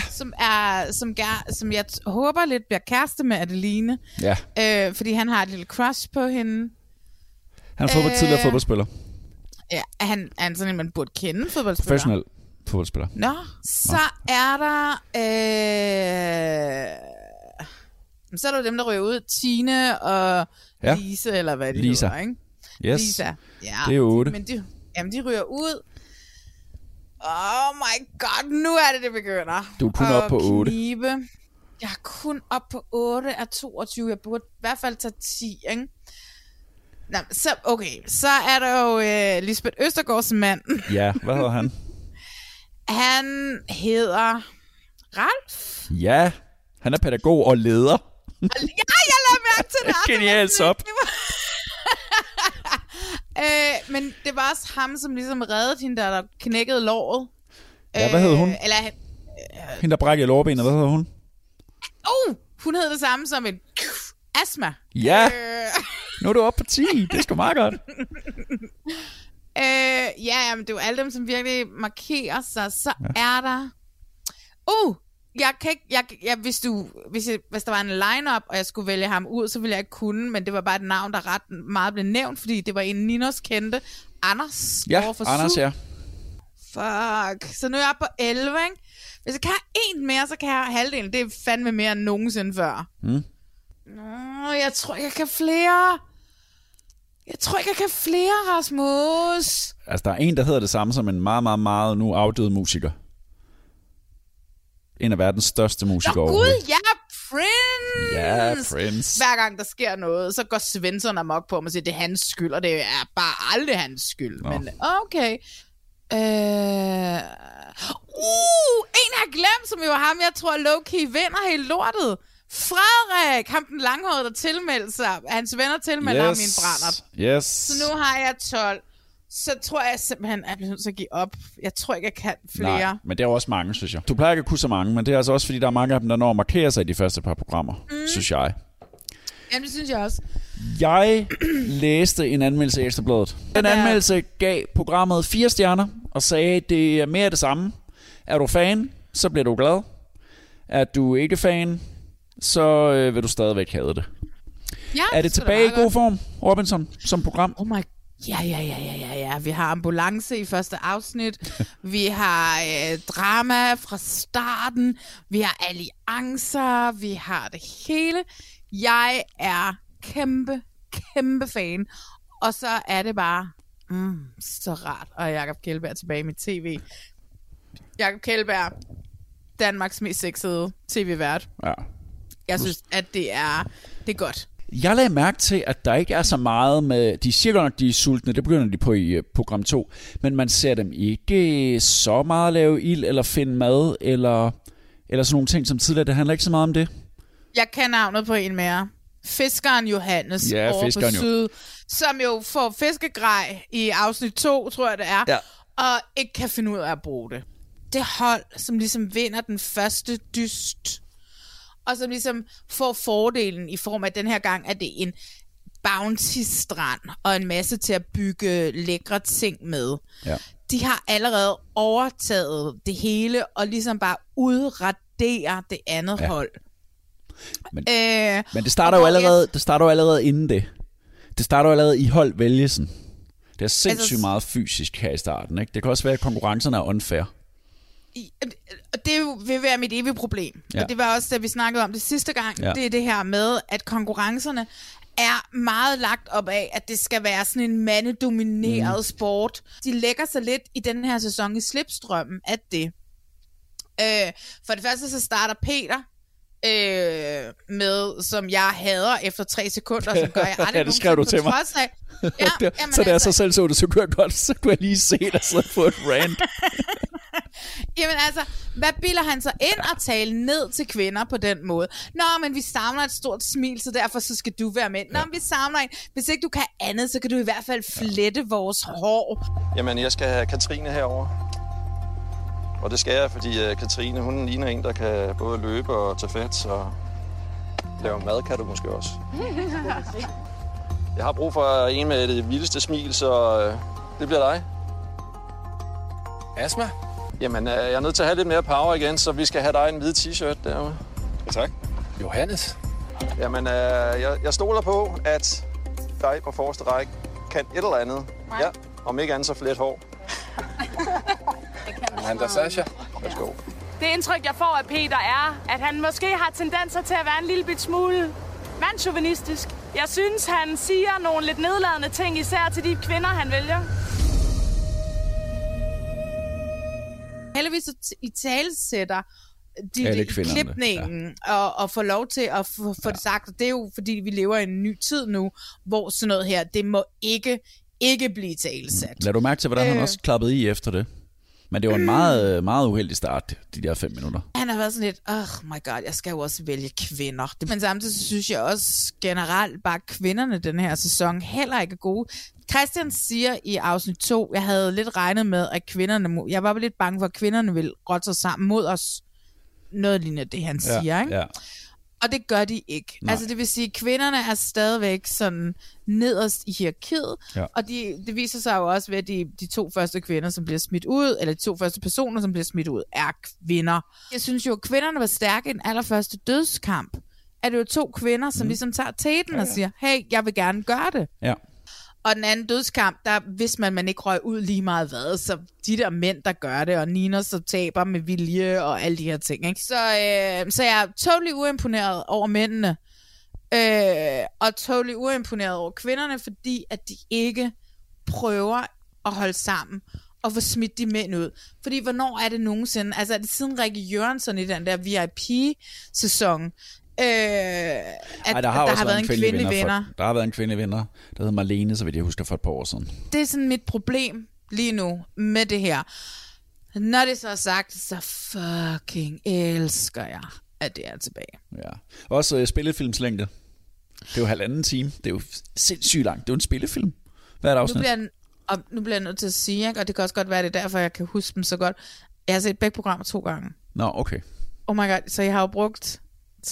som jeg håber lidt bliver kæreste med Adeline. Ja. Fordi han har et lille crush på hende. Han er tidligere fodboldspiller. Ja, han er sådan en, man burde kende fodboldspiller. Professionel fodboldspiller. Nå, så er der... så er der dem, der ryger ud. Tine og Lise, eller hvad de hedder, ikke? Yes, Lisa. Ja, det er 8. Men de ryger ud. Oh my god, nu er det begynder. Du er kun op på 8. Knibe. Jeg er kun op på 8 af 22. Jeg burde i hvert fald tage 10, ikke? Nå, så, okay, så er der jo Lisbeth Østergaards mand. Ja, hvad hedder han? Han hedder Ralf. Ja, han er pædagog og leder. Ja, jeg lader mærke til det. Genialt sop. Men det var også ham, som ligesom reddede hende, der knækkede låret. Ja, hvad hed hun? Eller hende, der brækkede lårbenet, hvad hedder hun? Hun hed det samme som en astma. Ja, nu er du oppe på 10. Det er sgu meget godt. Ja, men det er jo alle dem, som virkelig markerer sig. Så er der... jeg kan ikke... Hvis der var en line-up, og jeg skulle vælge ham ud, så ville jeg ikke kunne, men det var bare et navn, der ret meget blev nævnt, fordi det var en Ninos kendte. Anders. Ja, Anders, ja. Fuck. Så nu er jeg på 11, ikke? Hvis jeg kan have en mere, så kan jeg have halvdelen. Det er fandme mere end nogensinde før. Jeg tror ikke, jeg kan flere. Rasmus. Altså, der er en, der hedder det samme som en meget, meget, meget nu afdød musiker. En af verdens største musikere overhovedet. Gud, ja, Prince! Ja, Prince. Hver gang der sker noget, så går Svensson amok på mig og siger, det er hans skyld, og det er bare aldrig hans skyld. Nå. Men okay. En har jeg glemt, som jo er ham, jeg tror low-key vinder hele lortet. Frederik, ham den langhårede, der tilmeldte sig. Hans venner tilmeldte ham i en brændert. Yes. Så nu har jeg 12. Så tror jeg simpelthen, at jeg bliver nødt til at give op. Jeg tror ikke, jeg kan flere. Nej, men det er også mange, synes jeg. Du plejer ikke at kunne så mange, men det er altså også, fordi der er mange af dem, der når at markere sig i de første par programmer, synes jeg. Jamen, det synes jeg også. Jeg læste en anmeldelse i Ekstra Bladet. Den anmeldelse gav programmet 4 stjerner og sagde, det er mere af det samme. Er du fan, så bliver du glad. Er du ikke fan, så vil du stadigvæk have det. Ja, er det tilbage i god form, Robinson, som program? Oh my. Ja. Vi har ambulance i første afsnit. Vi har drama fra starten. Vi har alliancer. Vi har det hele. Jeg er kæmpe fan. Og så er det bare så rart. Og Jakob Kjeldberg tilbage i mit tv. Jakob Kjeldberg, Danmarks mest sexede tv-vært. Ja. Jeg synes, at det er godt. Jeg lagde mærke til, at der ikke er så meget med... De siger godt nok, de er sultne. Det begynder de på i program 2. Men man ser dem ikke så meget at lave ild, eller finde mad, eller sådan nogle ting som tidligere. Det handler ikke så meget om det. Jeg kan navnet på en mere. Fiskeren Johannes over på Syd, som jo får fiskegrej i afsnit 2, tror jeg det er, og ikke kan finde ud af at bruge det. Det hold, som ligesom vinder den første dyst, og som ligesom får fordelen i form af, den her gang, at det er en bounty-strand og en masse til at bygge lækre ting med. Ja. De har allerede overtaget det hele og ligesom bare udradere det andet hold. Men det starter jo allerede inden det. Det starter jo allerede i holdvælgelsen. Det er sindssygt meget fysisk her i starten, ikke? Det kan også være, at konkurrencerne er unfair. Det vil være mit evige problem. Ja. Og det var også, da vi snakkede om det sidste gang. Ja. Det er det her med, at konkurrencerne er meget lagt op af, at det skal være sådan en mandedomineret sport. De lægger sig lidt i den her sæson i slipstrømmen af det. For det første så starter Peter med, som jeg hader efter 3 sekunder, som gør jeg aldrig ja, det skrev du til mig. Så da jeg så selv så det, så kunne jeg godt, så kunne jeg lige se dig sidde på et rant. Jamen altså, hvad bilder han så ind og tale ned til kvinder på den måde? Nå, men vi savner et stort smil, så derfor så skal du være med. Nå, men vi savner en. Hvis ikke du kan andet, så kan du i hvert fald flette vores hår. Jamen, jeg skal have Katrine herover. Og det skal jeg, fordi Katrine, hun ligner en, der kan både løbe og tage fat, så lave mad kan du måske også. Jeg har brug for en med det vildeste smil, så det bliver dig. Asma? Jamen, jeg er nødt til at have lidt mere power igen, så vi skal have dig en hvid t-shirt derude. Ja, tak. Johannes? Jamen, jeg stoler på, at dig på forreste række kan et eller andet. Nej. Ja, om ikke andet så flet hår. Amanda Sasha, værsgo. Det indtryk, jeg får af Peter, er, at han måske har tendenser til at være en lille bit smule mandsjuvenistisk. Jeg synes, han siger nogle lidt nedladende ting, især til de kvinder, han vælger. heldigvis i talesætter de klipningen og får lov til at få det sagt. Og det er jo, fordi vi lever i en ny tid nu, hvor sådan noget her, det må ikke blive talesat. Lad du mærke til, hvordan han også klappede i efter det? Men det var en meget, meget uheldig start, de der 5 minutter. Han har været sådan lidt, my god, jeg skal jo også vælge kvinder. Men samtidig synes jeg også generelt, bare kvinderne den her sæson heller ikke er gode. Christian siger i afsnit 2, jeg havde lidt regnet med, at kvinderne, jeg var lidt bange for, at kvinderne ville rotte sig sammen mod os. Noget lignende det, han siger, ikke? Ja. Og det gør de ikke. Nej. Altså det vil sige, at kvinderne er stadigvæk sådan nederst i hierarkiet, og det viser sig jo også ved, at de 2 første kvinder, som bliver smidt ud, eller de 2 første personer, som bliver smidt ud, er kvinder. Jeg synes jo, at kvinderne var stærke i den allerførste dødskamp. Er det jo 2 kvinder, som ligesom tager teten og siger, hey, jeg vil gerne gøre det. Ja. Og den anden dødskamp, der vidste man ikke røg ud lige meget hvad, så de der mænd, der gør det, og Nina så taber med vilje og alle de her ting, ikke? Så jeg er totally uimponeret over mændene, og totally uimponeret over kvinderne, fordi at de ikke prøver at holde sammen og få smidt de mænd ud. Fordi hvornår er det nogensinde, altså er det siden Rikke Jørgensen i den der VIP-sæson, der har været en kvindelig vinder. Der har været en kvindelig vinder, der hedder Marlene, så vidt jeg husker, for et par år siden. Det er sådan mit problem lige nu med det her. Når det så er sagt, så fucking elsker jeg, at det er tilbage. Ja. Også spillefilmslængde. Det er jo 1,5 time. Det er jo sindssygt langt. Det er jo en spillefilm. Hvad er det afsnit? Nu bliver jeg nødt til at sige, ikke? Og det kan også godt være, det er derfor, jeg kan huske dem så godt. Jeg har set begge programmer 2 gange. Nå, okay. Oh my god, så jeg har jo brugt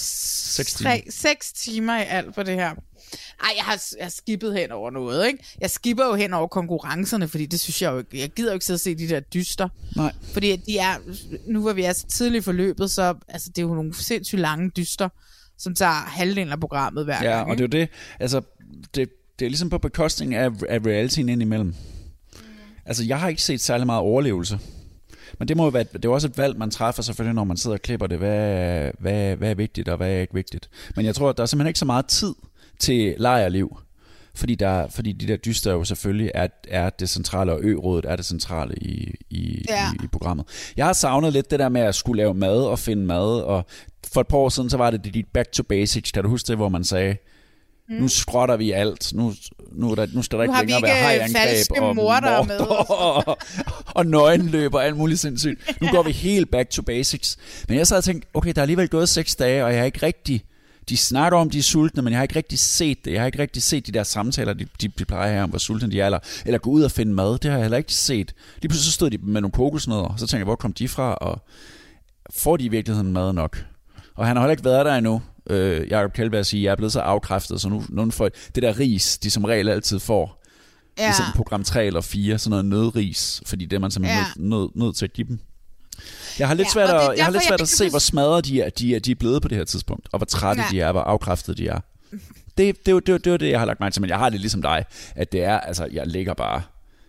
6 timer i alt på det her. Ej, jeg har skippet hen over noget, ikke? Jeg skipper jo hen over konkurrencerne, fordi det synes jeg jo ikke. Jeg gider jo ikke sidde og se de der dyster. Nej. Fordi de er, nu hvor vi er så tidligt forløbet, så altså, det er jo nogle sindssygt lange dyster, som tager halvdelen af programmet hver gang. Ja, og det er jo det. Altså, det er ligesom på bekostning af realityen indimellem. Altså, jeg har ikke set særlig meget overlevelse. Men det må jo være, det er også et valg, man træffer selvfølgelig, når man sidder og klipper det. Hvad er vigtigt, og hvad er ikke vigtigt. Men jeg tror, at der er simpelthen ikke så meget tid til lejrliv. Fordi de der dyster jo selvfølgelig er det centrale, og ø-rådet er det centrale i programmet. Jeg har savnet lidt det der med at skulle lave mad og finde mad. Og for et par år siden, så var det dit back to basics. Kan du huske det, hvor man sagde, nu skrotter vi alt. Nu skal der ikke længere være hajangreb og morder og nøgenløb og alt muligt sindssygt. Nu går vi helt back to basics. Men jeg sad og tænkte, okay, der er alligevel gået 6 dage, og jeg har ikke rigtig... De snakker om, de er sultne, men jeg har ikke rigtig set det. Jeg har ikke rigtig set de der samtaler, de plejer her om, hvor sultne de er, eller gå ud og finde mad. Det har jeg heller ikke set. Lige pludselig så stod de med nogle kokosnødder, og så tænkte jeg, hvor kom de fra, og får de i virkeligheden mad nok? Og han har heller ikke været der endnu. Jacob Kjeldberg siger, jeg er blevet så afkræftet, så nu får det der ris, de som regel altid får. Ja. Det er sådan program 3 eller 4, sådan noget nødris, fordi det er man simpelthen nødt til at give dem. Jeg har lidt svært at se, hvor smadret de er blevet på det her tidspunkt, og hvor trætte de er, hvor afkræftet de er. Det er det, jeg har lagt mærke til, men jeg har det ligesom dig, at det er, altså, jeg ligger bare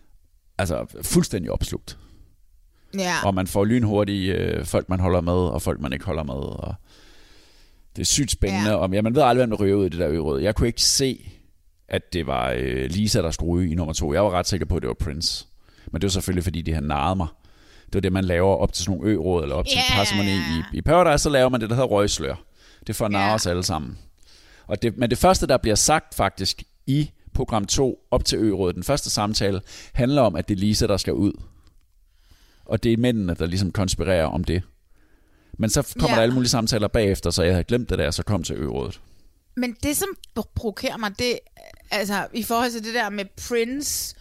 fuldstændig opslugt. Ja. Og man får lynhurtigt folk, man holder med, og folk, man ikke holder med, og det er sygt spændende. Og man ved aldrig, hvem der ryger ud i det der ø-råd. Jeg kunne ikke se, at det var Lisa, der skulle ryge i nummer 2. Jeg var ret sikker på, at det var Prince. Men det var selvfølgelig, fordi de havde narret mig. Det var det, man laver op til sådan nogle ø-råd, eller op til parsimoni i Paradise, så laver man det, der hedder røgslør. Det får narre os alle sammen. Men det første, der bliver sagt faktisk i program 2 op til ø-rådet, den første samtale, handler om, at det er Lisa, der skal ud. Og det er mændene, der ligesom konspirerer om det. Men så kommer der alle mulige samtaler bagefter, så jeg havde glemt det der, så kom til ø-rådet. Men det, som provokerer mig, det altså i forhold til det der med Prince,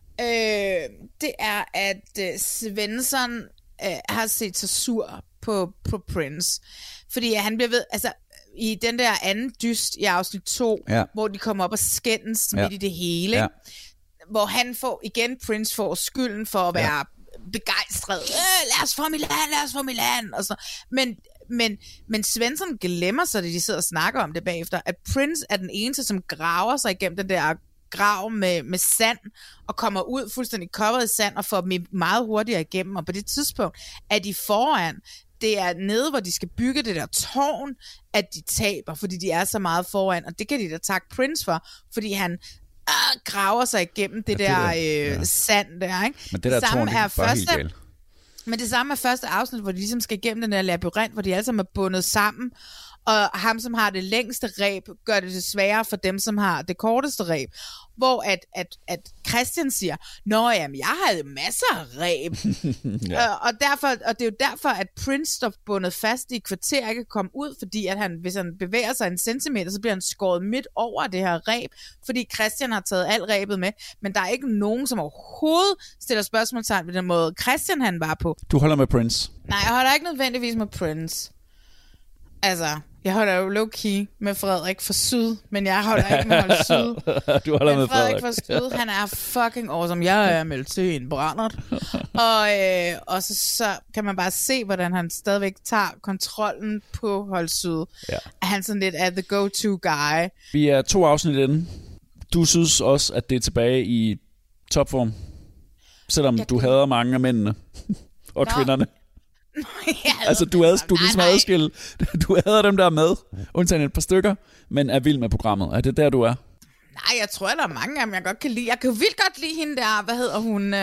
det er, at Svensson har set sig sur på Prince. Fordi han bliver ved, altså i den der anden dyst i afsnit 2, hvor de kommer op og skændes midt i det hele, hvor han får, igen Prince får skylden for at være begejstret. Lad os få Milan, og så. Men Svensson glemmer sig, det de sidder og snakker om det bagefter, at Prince er den eneste, som graver sig igennem den der grav med sand, og kommer ud fuldstændig coveret i sand, og får dem meget hurtigere igennem, og på det tidspunkt er de foran. Det er nede, hvor de skal bygge det der tårn, at de taber, fordi de er så meget foran, og det kan de da takke Prince for, fordi han graver sig igennem det der sand der, ikke? Men det der tårn, det er bare helt galt. Men det samme er første afsnit, hvor de ligesom skal igennem den der labyrint, hvor de alle sammen er bundet sammen, og ham, som har det længste reb, gør det sværere for dem, som har det korteste reb. Hvor at Christian siger, nå jamen, jeg havde masser af reb. og det er jo derfor, at Prince står bundet fast i et kvarter, ikke kan komme ud, fordi at hvis han bevæger sig 1 centimeter, så bliver han skåret midt over det her reb, fordi Christian har taget alt rebet med. Men der er ikke nogen, som overhovedet stiller spørgsmålstegn ved den måde, Christian han var på. Du holder med Prince? Nej, jeg holder ikke nødvendigvis med Prince. Altså, jeg holder jo low-key med Frederik fra Syd, men jeg holder ikke med Hold Syd. Du holder med Frederik fra Syd, han er fucking awesome. Jeg er meldt til en brændert. Og så kan man bare se, hvordan han stadigvæk tager kontrollen på Hold Syd. Ja. Han sådan lidt er the go-to guy. Vi er 2 afsnit inde. Du synes også, at det er tilbage i topform? Selvom du hader mange af mændene og kvinderne. Altså, du ligesom adskilt. Du hader dem, der er med, undtagen et par stykker, men er vild med programmet. Er det der, du er? Nej, jeg tror, der er mange af dem, jeg godt kan lide. Jeg kan jo vildt godt lide hende der, hvad hedder hun?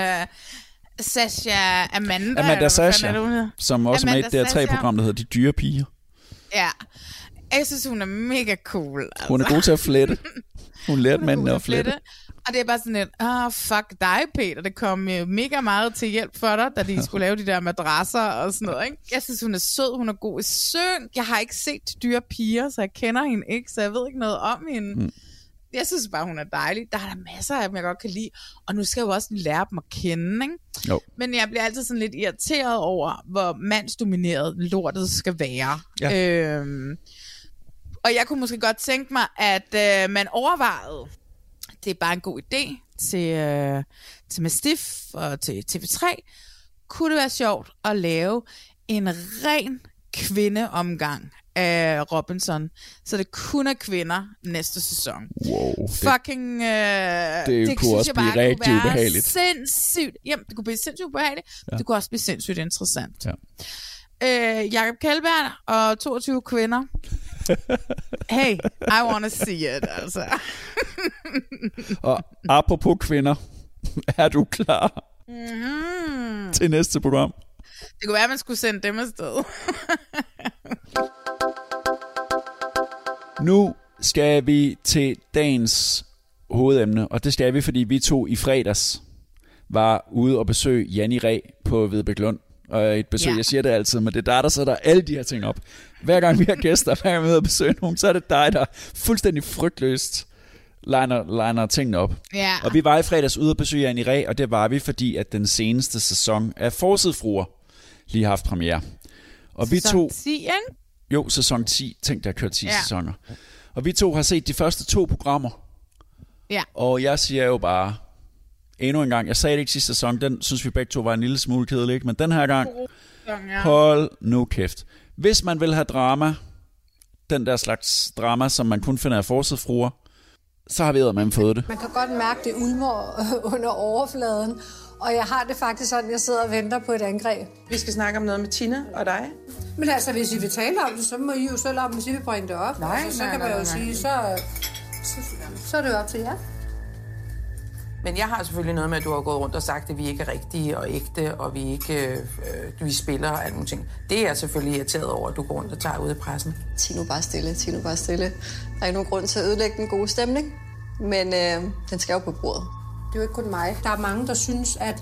Sasha Amanda Sasha, som også er med i det her 3-program, der hedder De Dyre Piger. Ja, jeg synes, hun er mega cool. Altså. Hun er god til at flette. Hun lærte mændene at flette. Og det er bare sådan et, fuck dig, Peter. Det kom mega meget til hjælp for dig, da de skulle lave de der madrasser og sådan noget, ikke? Jeg synes, hun er sød, hun er god i synk. Jeg har ikke set De Dyre Piger, så jeg kender hende ikke, så jeg ved ikke noget om hende. Jeg synes bare, hun er dejlig. Der er der masser af dem, jeg godt kan lide. Og nu skal jeg jo også lære dem at kende, ikke? Jo. Men jeg bliver altid sådan lidt irriteret over, hvor mandsdomineret lortet skal være. Ja. Og jeg kunne måske godt tænke mig, at man overvejede, det er bare en god idé til Mastiff og til TV3, kunne det være sjovt at lave en ren kvindeomgang af Robinson, så det kun er kvinder næste sæson. Wow. Fucking... det kunne også blive rigtig ubehageligt. Sindssygt. Jamen, det kunne blive sindssygt ubehageligt. Ja. Det kunne også blive sindssygt interessant. Ja. Jakob Kjeldberg og 22 kvinder. Hey, I wanna see it, altså. Og apropos kvinder, er du klar til næste program? Det kunne være, at man skulle sende dem afsted. Nu skal vi til dagens hovedemne, og det skal vi, fordi vi 2 i fredags var ude og besøge Janni Ræ på Vedbæk-Lund. Og et besøg, jeg siger det altid, men det er der sætter alle de her ting op. Hver gang vi har gæster, hver gang vi er ude og besøge nogen, så er det dig, der fuldstændig frygtløst liner tingene op. Yeah. Og vi var i fredags ude og besøge Janni Ræ, og det var vi, fordi at den seneste sæson af Forsidefruer lige har haft premiere. Og vi sæson 10, ikke? Jo, sæson 10. Tænk, der har kørt 10 sæsoner. Og vi 2 har set de første 2 programmer. Ja. Og jeg siger jo bare, endnu en gang, jeg sagde det ikke sidste sæson, den synes vi begge 2 var en lille smule kedelig, ikke? Men den her gang, hold nu kæft. Hvis man vil have drama, den der slags drama, som man kun finder af Forsidefruer, så har vi eddermame fået det. Man kan godt mærke, det ulmer under overfladen, og jeg har det faktisk sådan, jeg sidder og venter på et angreb. Vi skal snakke om noget med Tina og dig. Men altså, hvis I vil tale om det, så må I jo selv om, hvis I vil bringe det op. Nej, altså, så kan man jo sige, så er det jo op til jer. Men jeg har selvfølgelig noget med, at du har gået rundt og sagt, at vi ikke er rigtige og ægte, og vi ikke vi spiller og alle nogle ting. Det er jeg selvfølgelig irriteret over, at du går rundt og tager ud i pressen. Ti nu bare stille, ti nu bare stille. Der er ikke nogen grund til at ødelægge den gode stemning, men den skal jo på bordet. Det er jo ikke kun mig. Der er mange, der synes, at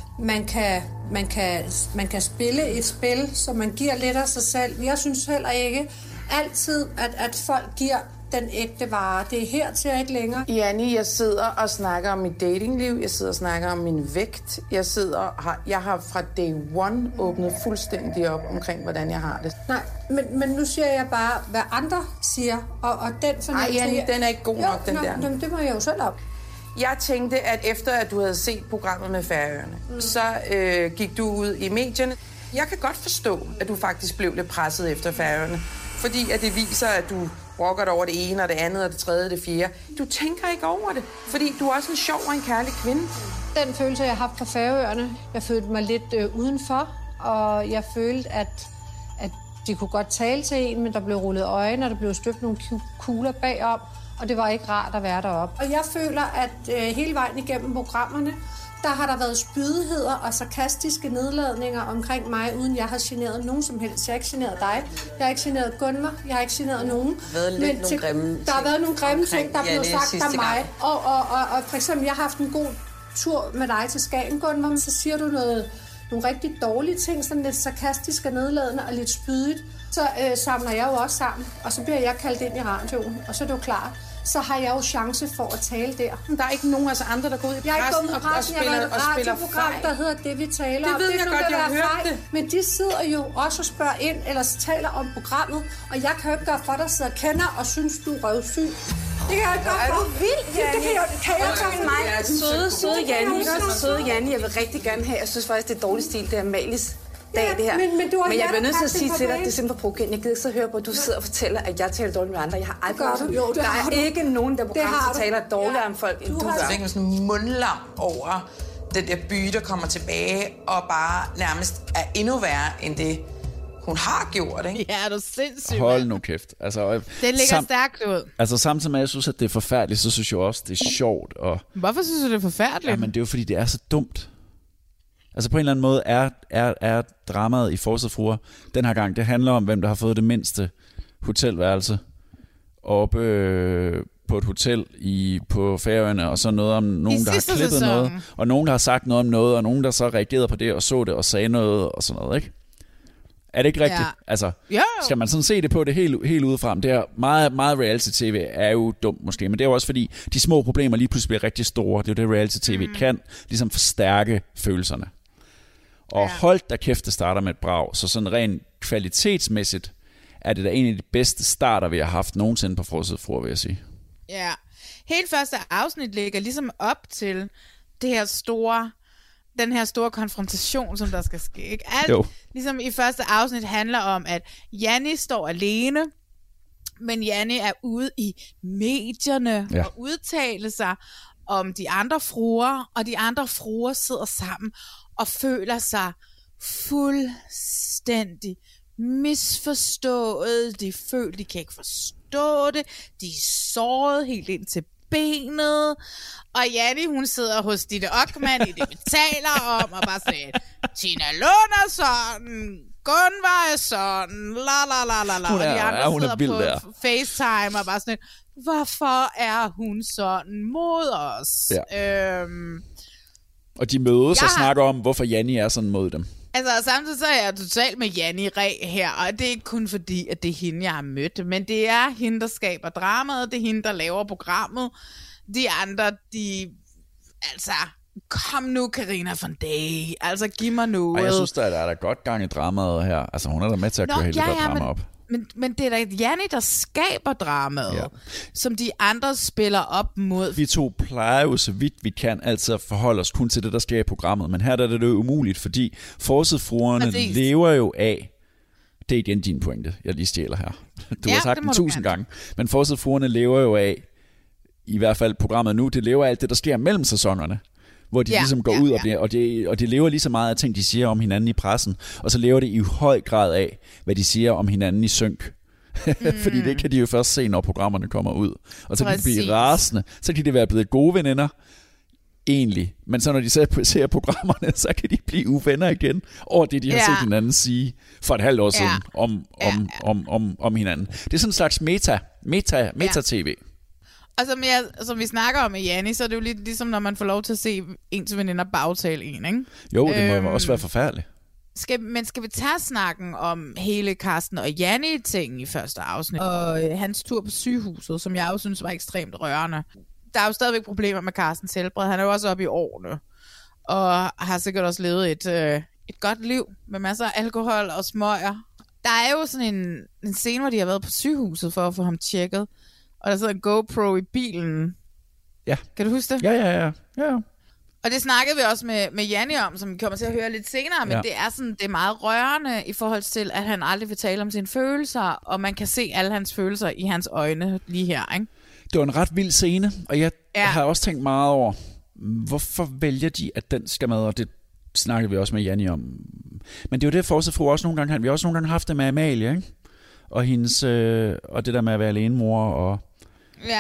man kan spille et spil, så man giver lidt af sig selv. Jeg synes heller ikke altid, at folk giver den ægte vare. Det er hertil ikke længere. Janni, jeg sidder og snakker om mit datingliv. Jeg sidder og snakker om min vægt. Jeg har fra day one åbnet fuldstændig op omkring, hvordan jeg har det. Nej, men nu siger jeg bare, hvad andre siger. Og den fornemmelse... Nej, Janni, den er ikke god nok, den der. Det må jeg jo selv op. Jeg tænkte, at efter at du havde set programmet med Færøerne, så gik du ud i medierne. Jeg kan godt forstå, at du faktisk blev lidt presset efter Færøerne. Fordi at det viser, at du brokker dig over det ene, og det andet, og det tredje, og det fjerde. Du tænker ikke over det, fordi du er også en sjov og en kærlig kvinde. Den følelse, jeg har haft på Færøerne, jeg følte mig lidt udenfor, og jeg følte, at de kunne godt tale til en, men der blev rullet øjne, og der blev støbt nogle kugler bagom, og det var ikke rart at være deroppe. Og jeg føler, at hele vejen igennem programmerne, Der har der været spydigheder og sarkastiske nedladninger omkring mig, uden jeg har generet nogen som helst. Jeg har ikke generet dig, jeg har ikke generet Gunvar, jeg har ikke generet nogen. Der har været nogle grimme ting, der er blevet sagt om mig. Og for eksempel, jeg har haft en god tur med dig til Skagen, Gunvar, så siger du nogle rigtig dårlige ting, sådan lidt sarkastisk og nedladende og lidt spydigt. Så samler jeg jo også sammen, og så bliver jeg kaldt ind i radioen, og så er det jo klart. Så har jeg jo chance for at tale der. Der er ikke nogen af os andre, der går ud i pressen og spiller et radioprogram, der hedder Det, vi taler om. Det ved jeg godt, jeg har hørt det. Men de sidder jo også og spørger ind, eller taler om programmet, og jeg kan jo ikke gøre for dig, sidder og kender og synes, du er røvsyg. Det kan jeg ikke gøre for. Er du vild, Janni? Det kan jeg ikke mig. Søde Janni, jeg vil rigtig gerne have. Jeg synes faktisk, det er dårlig stil, det er Amalis dag, det her. Men jeg bliver nødt til at sige til dig, det er simpelthen provokerende. Jeg gider ikke så høre på, at du sidder og fortæller, at jeg taler dårligt med andre. Jeg har aldrig der er ikke nogen, der program, der taler dårligere om folk, end du gør. Jeg tænker sådan mundlam over den der by, der kommer tilbage og bare nærmest er endnu værre end det, hun har gjort, ikke? Ja, er du sindssygt. Hold nu kæft. Altså, det ligger stærkt ud. Altså samtidig med, at jeg synes, at det er forfærdeligt, så synes jeg også, det er sjovt. Og hvorfor synes du, det er forfærdeligt? Jamen, det er jo fordi, det er så dumt. Altså på en eller anden måde er dramaet i Forsæt Fruer den her gang, det handler om, hvem der har fået det mindste hotelværelse oppe på et hotel på Færøerne, og så noget om nogen, der har klippet noget, og nogen, der har sagt noget om noget, og nogen, der så reagerede på det, og så det, og sagde noget, og sådan noget, ikke? Er det ikke rigtigt? Ja. Altså, skal man sådan se det på det helt udefra? Det er meget reality-tv er jo dumt måske, men det er jo også fordi, de små problemer lige pludselig bliver rigtig store. Det er jo det, reality-tv kan, ligesom forstærke følelserne. Og hold da kæft, det starter med et brag. Så sådan rent kvalitetsmæssigt er det da en af de bedste starter, vi har haft nogensinde på Forsæt Fruer, vil jeg sige. Ja. Helt første afsnit ligger ligesom op til det her den her store konfrontation, som der skal ske. Ikke? Alt, ligesom i første afsnit, handler om, at Janni står alene, men Janni er ude i medierne og udtale sig om de andre fruer, og de andre fruer sidder sammen og føler sig fuldstændig misforstået. De kan ikke forstå det. De er såret helt ind til benet. Og Janni, hun sidder hos Ditte Okman i det, vi taler om, og bare siger, Tina Lund er sådan, Gunvar er sådan, la. Og de andre sidder på FaceTime og bare sådan, hvorfor er hun sådan mod os? Ja. Og de mødes og snakker om, hvorfor Janni er sådan mod dem. Altså, samtidig så er jeg totalt med Janni Ræ her, og det er ikke kun fordi, at det er hende, jeg har mødt, men det er hende, der skaber dramaet, det er hende, der laver programmet. De andre, altså, kom nu, Karina von Day, altså, giv mig noget. Og jeg synes, der er godt gang i dramaet her. Altså, hun er der med til at køre hele det drama op. Men det er da Janni, der skaber dramaet, som de andre spiller op mod. Vi to plejer jo så vidt vi kan altid at forholde os kun til det, der sker i programmet. Men her er det jo umuligt, fordi Forsæt Fruerne lever jo af. Det er igen din pointe, jeg lige stjæler her. Du har sagt den 1000 gange. Men Forsæt Fruerne lever jo af, i hvert fald programmet nu, det lever af alt det, der sker mellem sæsonerne. Hvor de ligesom går ud og de lever lige så meget af ting, de siger om hinanden i pressen, og så lever det i høj grad af, hvad de siger om hinanden i synk. Fordi det kan de jo først se, når programmerne kommer ud. Og så kan de blive rasende, så kan de være blevet gode veninder, egentlig. Men så når de ser programmerne, så kan de blive uvenner igen over det, de har set hinanden sige for et halvt år siden om hinanden. Det er sådan en slags meta-tv. Og som vi snakker om med Janni, så er det jo lidt ligesom, når man får lov til at se ens veninder bagtale en, ikke? Jo, det må også være forfærdeligt. Men skal vi tage snakken om hele Karsten og Janni-tingen i første afsnit? Og hans tur på sygehuset, som jeg jo synes var ekstremt rørende. Der er jo stadigvæk problemer med Karstens helbred. Han er jo også oppe i årene. Og har sikkert også levet et godt liv med masser af alkohol og smøger. Der er jo sådan en scene, hvor de har været på sygehuset for at få ham tjekket. Og der sidder en GoPro i bilen. Ja. Kan du huske det? Ja. Og det snakkede vi også med Janni om, som vi kommer til at høre lidt senere, men det er meget rørende i forhold til, at han aldrig vil tale om sine følelser, og man kan se alle hans følelser i hans øjne lige her, ikke? Det var en ret vild scene, og jeg har også tænkt meget over, hvorfor vælger de, at den skal med, og det snakkede vi også med Janni om. Men det er jo det, Forsæt Fruer også nogle gange, vi har også nogle gange haft det med Amalie, ikke? Og hendes, og det der med at være alenemor,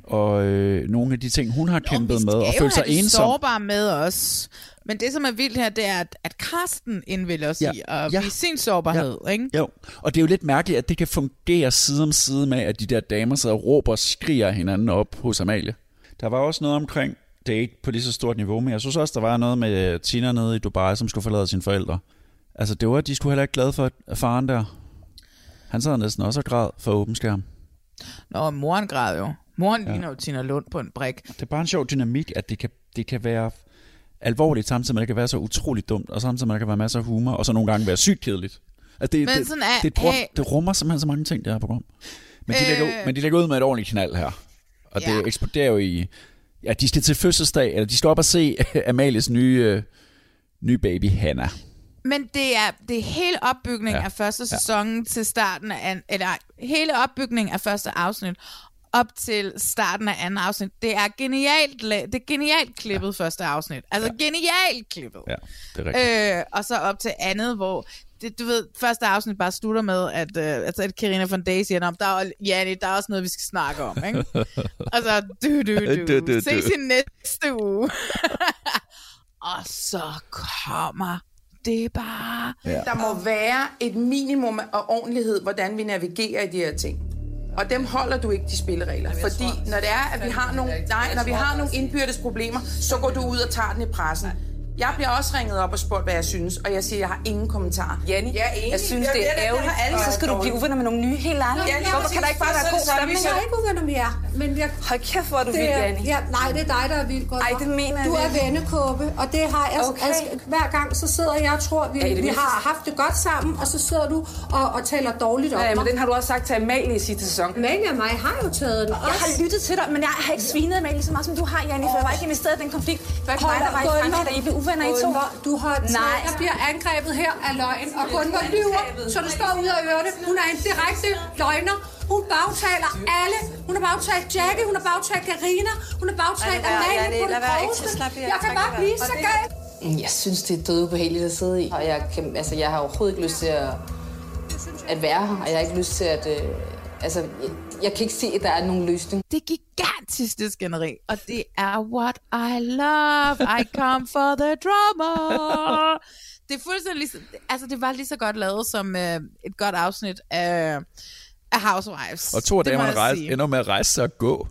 og nogle af de ting, hun har kæmpet med, og følt sig ensom. Vi skal jo have sårbare med os. Men det, som er vildt her, det er, at Karsten indvælger os i at vise sin sårbarhed. Ikke? Jo, og det er jo lidt mærkeligt, at det kan fungere side om side med, at de der damer sidder og råber og skriger hinanden op hos Amalie. Der var også noget omkring, det er ikke på lige så stort niveau, men jeg synes også, der var noget med Tina nede i Dubai, som skulle forlade sine forældre. Altså, det var, de skulle heller ikke glade for faren der. Han sad næsten også og græd for åben skærm. Nå, moren græd jo. Moren ligner jo Tina Lund på en brik. Det er bare en sjov dynamik, at det kan være alvorligt, samtidig med, at det kan være så utroligt dumt, og samtidig med, at der kan være masser af humor, og så nogle gange være sygt kedeligt. Altså, det rummer simpelthen så mange ting, det her program. Men de lægger ud med et ordentligt knald her. Og det eksploderer jo i... Ja, de skal til fødselsdag, eller de skal op og se Amalies nye baby, Hannah. Men det er hele opbygningen af første sæson til starten af... Eller hele opbygningen af første afsnit op til starten af anden afsnit. Det er genialt klippet første afsnit. Altså genialt klippet. Ja, det er rigtigt. Og så op til andet, hvor... du ved, første afsnit bare slutter med, at Carina von Day siger, der er også noget, vi skal snakke om, ikke? Altså, du. Ses i næste uge. Og så kommer det bare... Ja. Der må være et minimum af ordentlighed, hvordan vi navigerer i de her ting. Og dem holder du ikke, de spilleregler. Fordi når det er, at vi har nogle indbyrdes problemer, så går du ud og tager den i pressen. Jeg bliver også ringet op og spurgt, hvad jeg synes, og jeg siger, jeg har ingen kommentar. Jenny, jeg synes, det er ærgerligt. Så skal du blive uvenner med nogle nye helt andre. Hvorfor kan der ikke bare være god stemning? Jeg er ikke uvenner med jer. Men hold kæft, hvor er du vild, Jenny. Nej, det er dig, der er vild. Ej, det mener jeg. Du er vennekåbe, og det har jeg. Hver gang, så sidder jeg og tror, vi har haft det godt sammen, og så sidder du og taler dårligt om mig. Men den har du også sagt til Amalie i sidste sæson. Amalie og mig har jo taget den. Jeg har lyttet til dig, men jeg har ikke svinet Amalie så meget, som du har, Jenny, for jeg var ikke investeret i den konflikt. For jeg var i Frankrig, da I blev uvenner i to. Du har jeg bliver angrebet her af løgn, og Gunvor lyver, så du står ude og hører det. Hun er en direkte løgner. Hun bagtaler alle. Hun har bagtalt Jackie, hun har bagtalt Carina, hun har bagtalt Amalie på det groveste. Jeg kan bare blive så galt. Jeg synes, det er dødubehageligt at sidde i. Og jeg har overhovedet ikke lyst til at være her, og jeg har ikke lyst til at... jeg kan ikke se, at der er nogen løsning. Det er gigantisk, det skænderi. Og det er what I love. I come for the drama. Det er fuldstændig ligesom... Altså, det var lige så godt lavet som et godt afsnit af Housewives. Og to af damerne ender med at rejse sig og gå.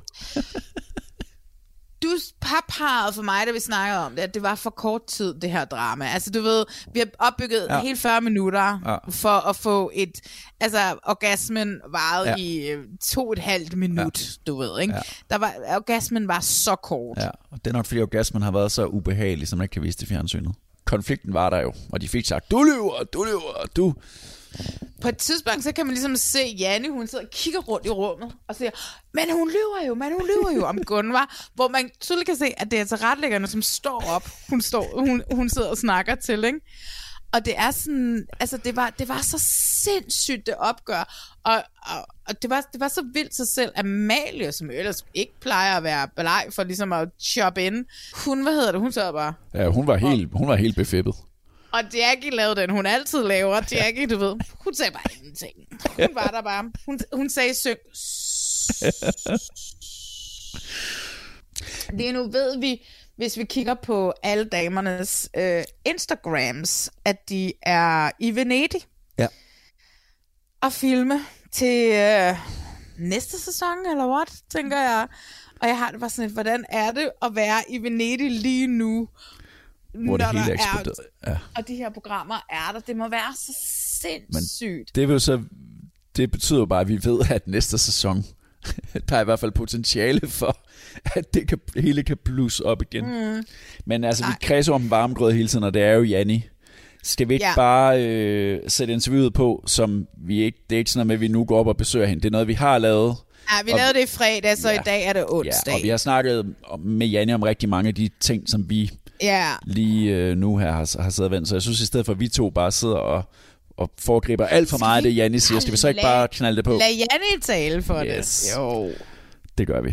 Du påpegede for mig, da vi snakkede om det, at det var for kort tid, det her drama. Altså, du ved, vi har opbygget helt 40 minutter for at få et... Altså, orgasmen varede i 2,5 minut, du ved, ikke? Ja. Orgasmen var så kort. Ja, og det er nok, fordi orgasmen har været så ubehagelig, som man ikke kan vise til fjernsynet. Konflikten var der jo, og de fik sagt, du lyver. På et tidspunkt, så kan man ligesom se Janne, hun sidder og kigger rundt i rummet, og siger, men hun lyver jo om Gunvor, hvor man tydeligt kan se, at det er tilrettelæggerne, som står op, hun sidder og snakker til, ikke? Og det er sådan, altså det var så sindssygt det opgør, og det var så vildt sig selv. Amalie, som ellers ikke plejer at være bleg for ligesom at choppe ind, hun sad bare. Ja, hun var helt befippet. Og Jackie lavede den, hun altid laver. Jackie, du ved, hun sagde bare ingenting. Hun var der bare. Hun sagde syng. Lige nu ved vi, hvis vi kigger på alle damernes Instagrams, at de er i Venedig. Ja. Og filme til næste sæson, eller what, tænker jeg. Og jeg har det bare sådan, hvordan er det at være i Venedig lige nu? Hvor det hele eksploderet. Ja. Og de her programmer er der. Det må være så sindssygt. Men det betyder jo bare, at vi ved, at næste sæson, der er i hvert fald potentiale for, at det hele kan blusse op igen. Men altså, vi kredser om varmegrød hele tiden, og det er jo Janni. Skal vi ikke bare sætte interviewet på, som vi ikke... Det er ikke sådan noget med, at vi nu går op og besøger hende. Det er noget, vi har lavet. Ja, vi lavede det i fredag, så i dag er det onsdag. Ja, og vi har snakket med Janni om rigtig mange af de ting, som vi lige nu her har siddet og vendt. Så jeg synes, i stedet for, at vi to bare sidder og foregriber alt for meget af det, Janni siger, skal vi så ikke bare knalde det på? Lad Janni tale for det. Jo. Det gør vi.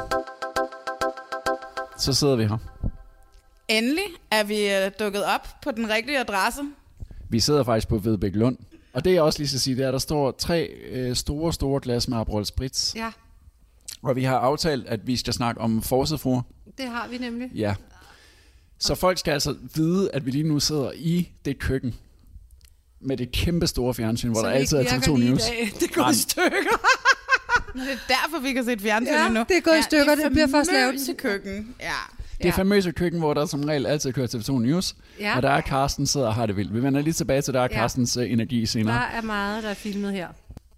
Så sidder vi her. Endelig er vi dukket op på den rigtige adresse. Vi sidder faktisk på Vedbæk Lund. Og det jeg også lige skal sige, det er, at der står 3 store glas med Aperol Spritz. Ja. Og vi har aftalt, at vi skal snakke om forsædfruer. Det har vi nemlig. Ja. Så folk skal altså vide, at vi lige nu sidder i det køkken med det kæmpe store fjernsyn, hvor der altid er TV2 News. Det går i stykker. Det er derfor, vi kan se et fjernsyn nu. det er gået i stykker. Det bliver først lavet til køkken. Ja. Det er famøse køkken, hvor der som regel altid kører TV2 News. Ja. Og der er Carsten sidder og har det vildt. Vi vender lige tilbage til, der er Carstens energi senere. Der er meget, der er filmet her.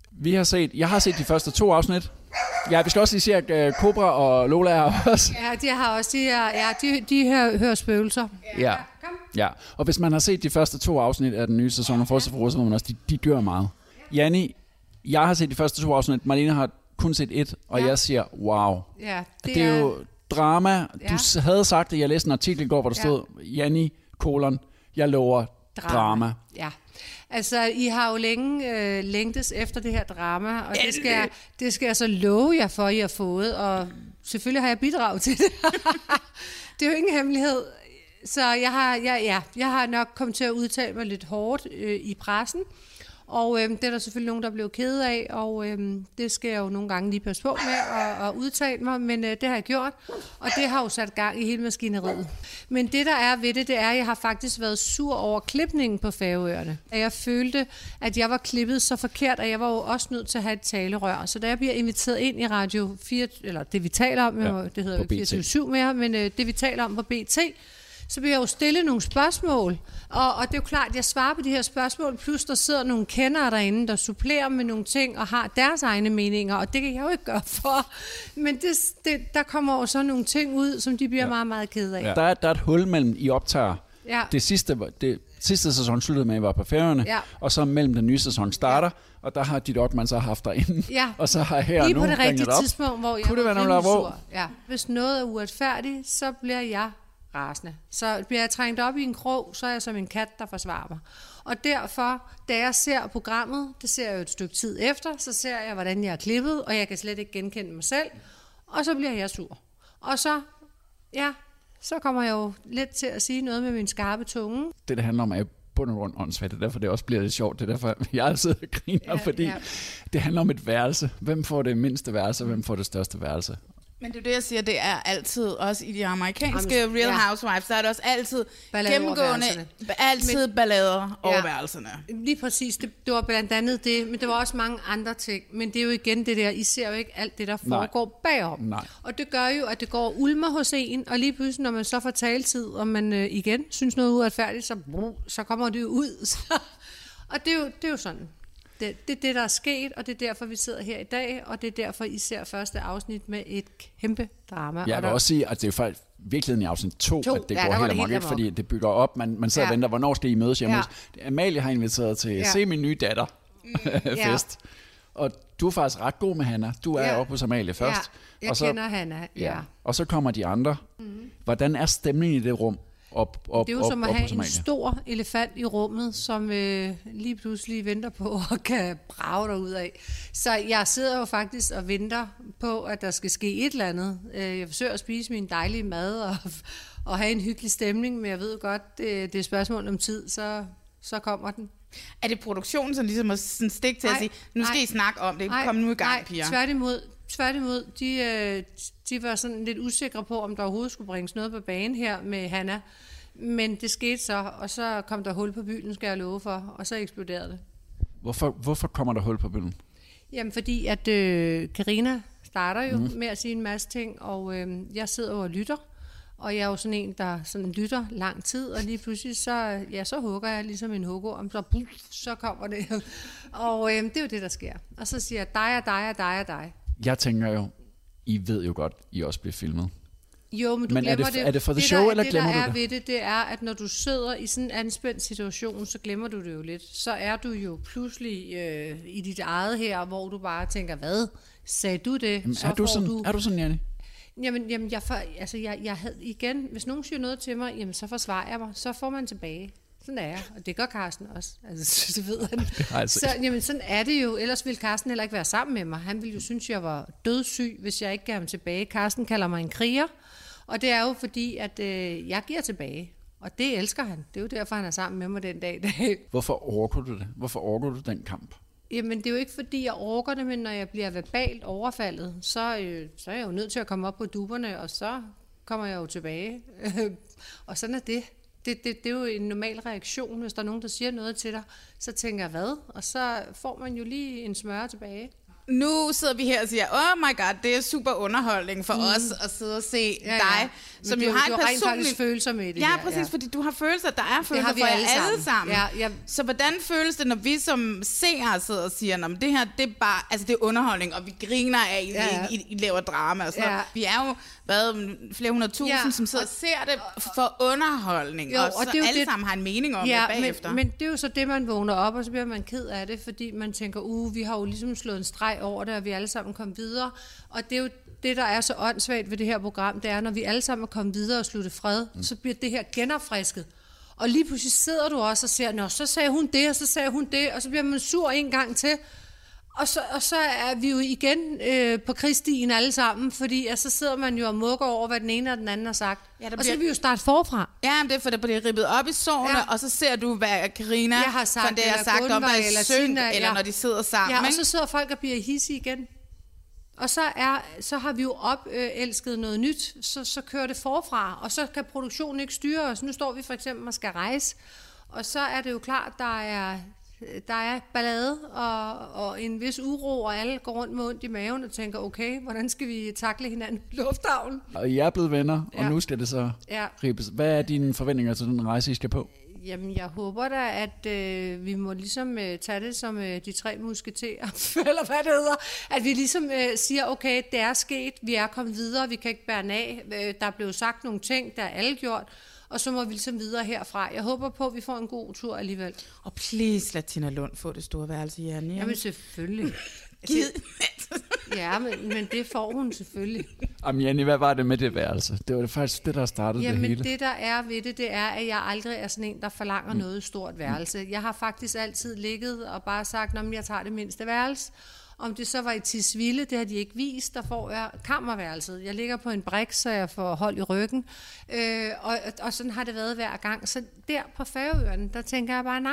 Jeg har set de første 2 afsnit. Ja, vi skal også lige sige, at Cobra og Lola er også. Ja, de har også de hører spøgelser. Ja. Ja, og hvis man har set de første 2 afsnit af den nye sæson af Forsædfruer, så må man også, de dør meget. Janni, jeg har set de første 2 afsnit. Marlene har kun set 1, og jeg siger, wow. Ja, det er jo drama. Du havde sagt det, jeg læste en artikel i går, hvor der stod, Janni, jeg lover drama. Ja. Altså, I har jo længe længtes efter det her drama, og det skal jeg så love jer for, I har fået, og selvfølgelig har jeg bidraget til det. Det er jo ingen hemmelighed. Så jeg har nok kommet til at udtale mig lidt hårdt i pressen, og det er der selvfølgelig nogen, der blev ked af, og det skal jeg jo nogle gange lige passe på med at udtale mig, men det har jeg gjort, og det har jo sat gang i hele maskineriet. Men det, der er ved det er, at jeg har faktisk været sur over klipningen på Færøerne. Jeg følte, at jeg var klippet så forkert, at jeg var jo også nødt til at have et talerør. Så da jeg bliver inviteret ind i Radio 4, eller det vi taler om, det hedder jo 24/7 mere, men det vi taler om på BT, så bliver jeg jo stille nogle spørgsmål, og det er jo klart, at jeg svarer på de her spørgsmål, plus der sidder nogle kendere derinde, der supplerer med nogle ting og har deres egne meninger, og det kan jeg jo ikke gøre for. Men der kommer jo så nogle ting ud, som de bliver meget, meget kede af. Ja. Der er et hul mellem I optager. Ja. Det sidste sæson sluttede med, at I var på Færøerne, og så mellem den nye sæson starter, og der har dit Ockmann så haft derinde, og så har her lige nu på det rigtige tidspunkt, hvor jeg var sur. Ja. Hvis noget er uretfærdigt, så bliver jeg rasende. Så bliver jeg trængt op i en krog, så er jeg som en kat, der forsvarer mig. Og derfor, da jeg ser programmet, det ser jeg jo et stykke tid efter, så ser jeg, hvordan jeg er klippet, og jeg kan slet ikke genkende mig selv, og så bliver jeg sur. Og så kommer jeg jo lidt til at sige noget med min skarpe tunge. Det handler om, at bund og grund åndssvagt, det er derfor, det også bliver lidt sjovt. Det er derfor, jeg altid griner, fordi det handler om et værelse. Hvem får det mindste værelse, og hvem får det største værelse? Men det er det, jeg siger, det er altid, også i de amerikanske Real Housewives, der er det også altid gennemgående, ballader over værelserne. Lige præcis, det var blandt andet det, men det var også mange andre ting. Men det er jo igen det der, I ser jo ikke alt det, der foregår bagom. Nej. Og det gør jo, at det går ulmer hos en, og lige pludselig, når man så får taletid, og man igen synes noget uretfærdigt, så kommer det jo ud. Og det er jo sådan. Det er det, der er sket, og det er derfor, vi sidder her i dag, og det er derfor, I ser første afsnit med et kæmpe drama. Jeg vil også sige, at det er jo faktisk virkeligheden i afsnit 2, at det går helt amok, ikke, fordi det bygger op. Man sidder og venter, hvornår skal I mødes hjemme hos. Amalie har inviteret til se min nye datter fest. Og du er faktisk ret god med Hanna. Du er oppe hos Amalie først. Ja, jeg kender Hanna, Og så kommer de andre. Hvordan er stemningen i det rum? Det er jo som at have en stor elefant i rummet, som lige pludselig venter på og kan brage derud af. Så jeg sidder jo faktisk og venter på, at der skal ske et eller andet. Jeg forsøger at spise min dejlige mad og have en hyggelig stemning, men jeg ved godt, det er et spørgsmål om tid, så kommer den. Er det produktionen, som ligesom er sådan stik til at sige, nu skal I snakke om det, kom nu i gang, piger? Tværtimod, de var sådan lidt usikre på, om der overhovedet skulle bringes noget på banen her med Hanna. Men det skete så, og så kom der hul på bylden, skal jeg love for, og så eksploderede det. Hvorfor kommer der hul på bylden? Jamen, fordi at Karina starter jo med at sige en masse ting, og jeg sidder og lytter. Og jeg er jo sådan en, der sådan lytter lang tid, og lige pludselig så hugger jeg ligesom en hugorm, så kommer det. Og det er jo det, der sker. Og så siger jeg dig. Jeg tænker jo, I ved jo godt, I også bliver filmet. Jo, men du glemmer det. Er det for the show, eller glemmer du det? Det, der er ved det er, at når du sidder i sådan en anspændt situation, så glemmer du det jo lidt. Så er du jo pludselig i dit eget her, hvor du bare tænker, hvad? Sagde du det? Jamen, er du sådan, Janni? Jamen jeg havde igen, hvis nogen siger noget til mig, jamen så forsvarer jeg mig, så får man tilbage. Sådan er jeg, og det gør Carsten også. Altså, så ved han. Jamen sådan er det jo. Ellers ville Carsten heller ikke være sammen med mig. Han ville jo synes, jeg var dødssyg, hvis jeg ikke gav ham tilbage. Carsten kalder mig en kriger, og det er jo fordi, at jeg giver tilbage. Og det elsker han. Det er jo derfor, han er sammen med mig den dag. Hvorfor orker du det? Hvorfor orker du den kamp? Jamen, det er jo ikke, fordi jeg orker det, men når jeg bliver verbalt overfaldet, så er jeg jo nødt til at komme op på duberne, og så kommer jeg jo tilbage. Og sådan er det. Det er jo en normal reaktion, hvis der er nogen, der siger noget til dig. Så tænker jeg, hvad? Og så får man jo lige en smøre tilbage. Nu sidder vi her og siger, oh my god, det er super underholdning for os at sidde og se dig, som jo har en personlig følelser med det. Ja, præcis, fordi du har følelser, der er følelser for alle sammen. Ja. Så hvordan føles det, når vi som seere sidder og siger, at det her, det er bare, altså det er underholdning, og vi griner af, I laver drama og sådan noget. Vi er jo flere 100.000, som sidder og ser det for underholdning, og så det alle sammen har en mening om det bagefter. Men det er jo så det, man vågner op, og så bliver man ked af det, fordi man tænker, vi har jo ligesom slået en streg over det, og vi alle sammen kom videre. Og det er jo det, der er så åndssvagt ved det her program, det er, når vi alle sammen er kommet videre og sluttet fred, så bliver det her genopfrisket. Og lige pludselig sidder du også og siger, så sagde hun det, og så sagde hun det, og så bliver man sur en gang til. Og så er vi jo igen på krigsstien alle sammen, fordi så sidder man jo og mukker over, hvad den ene og den anden har sagt. Ja, og så vil vi jo starte forfra. Ja, men det er for, der bliver ribbet op i sårene, og så ser du, hvad Karina har sagt, det har sagt om dig i synk, eller når de sidder sammen. Ja, og så sidder folk og bliver hissige igen. Og så har vi jo opelsket noget nyt, så kører det forfra, og så kan produktionen ikke styre os. Nu står vi for eksempel og skal rejse, og så er det jo klart, der er ballade og en vis uro, og alle går rundt med ondt i maven og tænker, okay, hvordan skal vi takle hinanden i lufthavnen? Og I er blevet venner, og nu skal det så ribbes. Hvad er dine forventninger til den rejse, I skal på? Jamen, jeg håber da, at vi må ligesom tage det som de 3 musketerer, eller hvad det hedder. At vi ligesom siger, okay, det er sket, vi er kommet videre, vi kan ikke bære den af. Der er blevet sagt nogle ting, der er alle gjort, og så må vi ligesom videre herfra. Jeg håber på, at vi får en god tur alligevel. Og please lad Tina Lund få det store værelse, Janne. Jamen selvfølgelig. Ja, men det får hun selvfølgelig. Jamen Janne, hvad var det med det værelse? Det var faktisk det, der startede det hele. Jamen det, der er ved det er, at jeg aldrig er sådan en, der forlanger noget stort værelse. Jeg har faktisk altid ligget og bare sagt, at jeg tager det mindste værelse. Om det så var i Tisvilde, det har de ikke vist, der får jeg kammerværelset. Jeg ligger på en brik, så jeg får hold i ryggen. Og sådan har det været hver gang. Så der på Færøerne, der tænker jeg bare, nej,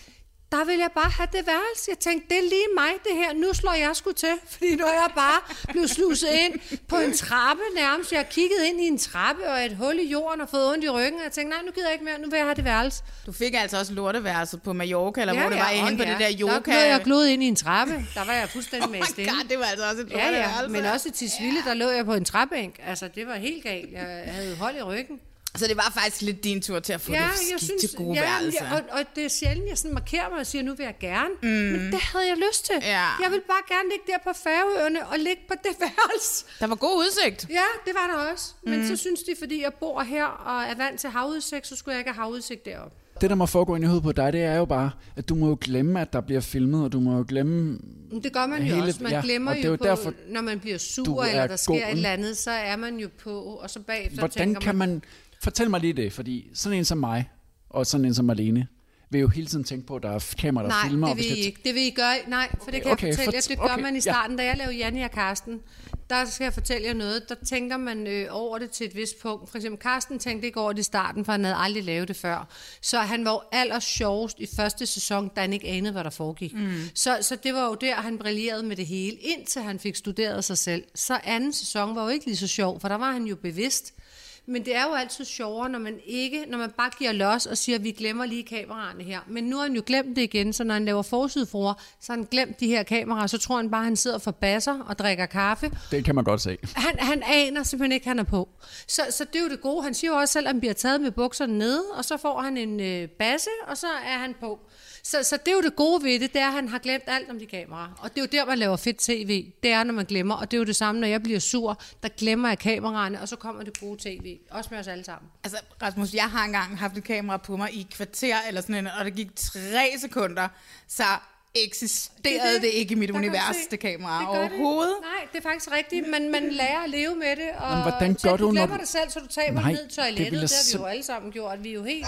der vil jeg bare have det værelse. Jeg tænkte, det er lige mig det her. Nu slår jeg sgu til, fordi nu er jeg bare blevet sluset ind på en trappe nærmest. Jeg har kigget ind i en trappe og et hul i jorden og fået ondt i ryggen. Og jeg tænkte, nej, nu gider jeg ikke mere. Nu vil jeg have det værelse. Du fik altså også lorteværelset på Mallorca, eller hvor det var inde på det der yoga. Der blev jeg glået ind i en trappe. Der var jeg fuldstændig med i God, det var altså også et lorteværelse. Men også i Tisvilde, der lå jeg på en trappebænk. Altså, det var helt galt. Jeg havde hold i ryggen. Så det var faktisk lidt din tur til at få det skidt til gode værelse. Og det er sjældent, jeg sådan markerer mig og siger, nu vil jeg gerne. Men det havde jeg lyst til. Ja. Jeg vil bare gerne ligge der på Færøerne og ligge på det værelse. Der var god udsigt. Ja, det var der også. Men så synes de, fordi jeg bor her og er vant til havudsigt, så skulle jeg ikke have havudsigt deroppe. Det, der må foregå ind i hovedet på dig, det er jo bare, at du må jo glemme, at der bliver filmet, og du må jo glemme... Det gør man jo også. Man glemmer jo på, derfor, når man bliver sur, eller der sker et eller andet, så er man jo på, og så bagefter tænker kan man... Fortæl mig lige det, fordi sådan en som mig, og sådan en som Marlene, vil jo hele tiden tænke på, at der er kameraer, der filmer. Nej, det vil I ikke. Det vil I gøre. Nej, for det kan jeg fortælle jer. Det gør man i starten, da jeg lavede Janne og Karsten. Der skal jeg fortælle jer noget. Der tænker man over det til et vist punkt. For eksempel Karsten tænkte ikke over det i starten, for han havde aldrig lavet det før. Så han var jo allersjovest i første sæson, da han ikke anede, hvad der foregik. Så det var jo der, han brillerede med det hele, indtil han fik studeret sig selv. Så anden sæson var jo ikke lige så sjov, for der var han jo bevidst. Men det er jo altid sjovere, når man bare giver los og siger, at vi glemmer lige kameraerne her. Men nu har han jo glemt det igen, så når han laver forsidefruer, så har han glemt de her kameraer, så tror han bare, at han sidder for basser og drikker kaffe. Det kan man godt se. Han aner simpelthen ikke, han er på. Så det er jo det gode. Han siger jo også selv, at han bliver taget med bukserne nede, og så får han en basse, og så er han på. Så det er jo det gode ved det, det er, at han har glemt alt om de kameraer. Og det er jo der, man laver fedt tv. Det er, når man glemmer. Og det er jo det samme, når jeg bliver sur, der glemmer jeg kameraerne, og så kommer det gode tv. Også med os alle sammen. Altså, Rasmus, jeg har engang haft et kamera på mig i et kvarter, eller sådan en, og det gik 3 sekunder, så eksisterede det ikke i mit univers, det kamera overhovedet. Nej, det er faktisk rigtigt, men man lærer at leve med det. Og men hvordan gør du glemmer det selv, så du taber ned i toilettet. Det har vi jo alle sammen gjort. Vi er jo helt...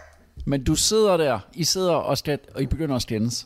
Men du sidder der, I sidder og I begynder at skændes.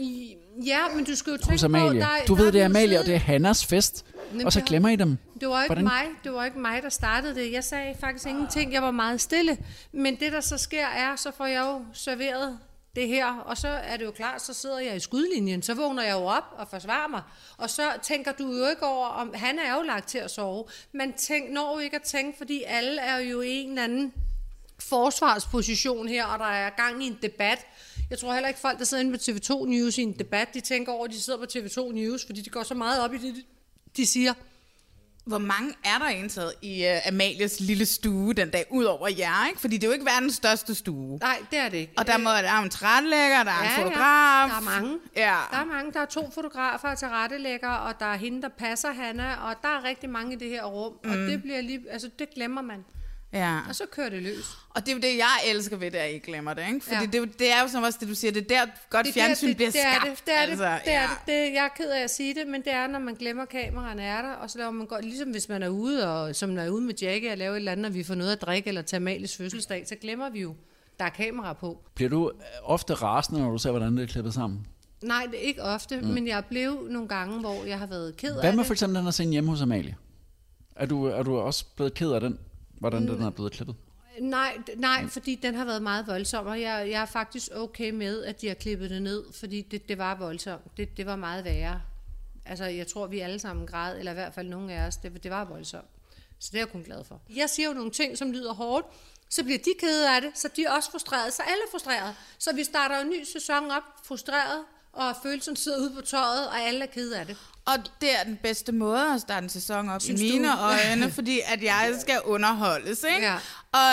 Ja, men du skal jo tænke på... Du ved, det er Amalie, og det er Hannas fest. Og så glemmer I dem. Det var ikke mig, der startede det. Jeg sagde faktisk ingenting. Jeg var meget stille. Men det, der så sker, er, så får jeg jo serveret det her, og så er det jo klart, så sidder jeg i skudlinjen, så vågner jeg jo op og forsvarer mig, og så tænker du jo ikke over, om han er jo lagt til at sove. Man når jo ikke at tænke, fordi alle er jo i en eller anden forsvarsposition her, og der er gang i en debat. Jeg tror heller ikke folk, der sidder inde på TV2 News i en debat, de tænker over, at de sidder på TV2 News, fordi de går så meget op i det, de siger. Hvor mange er der indtaget i Amalies lille stue den dag, ud over jer, ikke? Fordi det er jo ikke verdens største stue. Nej, det er det ikke. Og der er en tilrettelægger, der er en fotograf. Der er mange. Ja. Der er mange. Der er 2 fotografer og tilrettelægger, og der er hende, der passer Hanna, og der er rigtig mange i det her rum. Og det bliver det glemmer man. Ja. Og så kører det løs. Og det er jo det, jeg elsker ved det, at I glemmer det, ikke? Fordi det er jo sådan også det, du siger, det er der godt fjernsyn bliver skabt. Det er det. Jeg er ked af at sige det, men det er, når man glemmer kameraerne er der, og så laver man godt, ligesom hvis man er ude, og som er ude med Jackie og laver et eller andet, og vi får noget at drikke, eller tage Amalies fødselsdag, så glemmer vi jo, der er kamera på. Bliver du ofte rasende, når du ser, hvordan det er klippet sammen? Nej, det er ikke ofte, men jeg blev nogle gange, hvor jeg har været ked af det. Hvad med for eksempel den her scene hjemme hos Amalie? Er du også blevet ked af den? Hvordan den er blevet klippet? Nej, fordi den har været meget voldsom, og jeg er faktisk okay med, at de har klippet det ned, fordi det var voldsomt. Det var meget værre. Altså, jeg tror, vi alle sammen græd, eller i hvert fald nogle af os, det var voldsomt. Så det er jeg kun glad for. Jeg siger jo nogle ting, som lyder hårdt, så bliver de kede af det, så de er også frustrerede, så alle er frustrerede. Så vi starter en ny sæson op, frustreret, og følelsen sidder ude på tøjet, og alle er kede af det. Og det er den bedste måde at starte en sæson op, synes i mine øjne, fordi at jeg skal underholdes, ikke? Ja.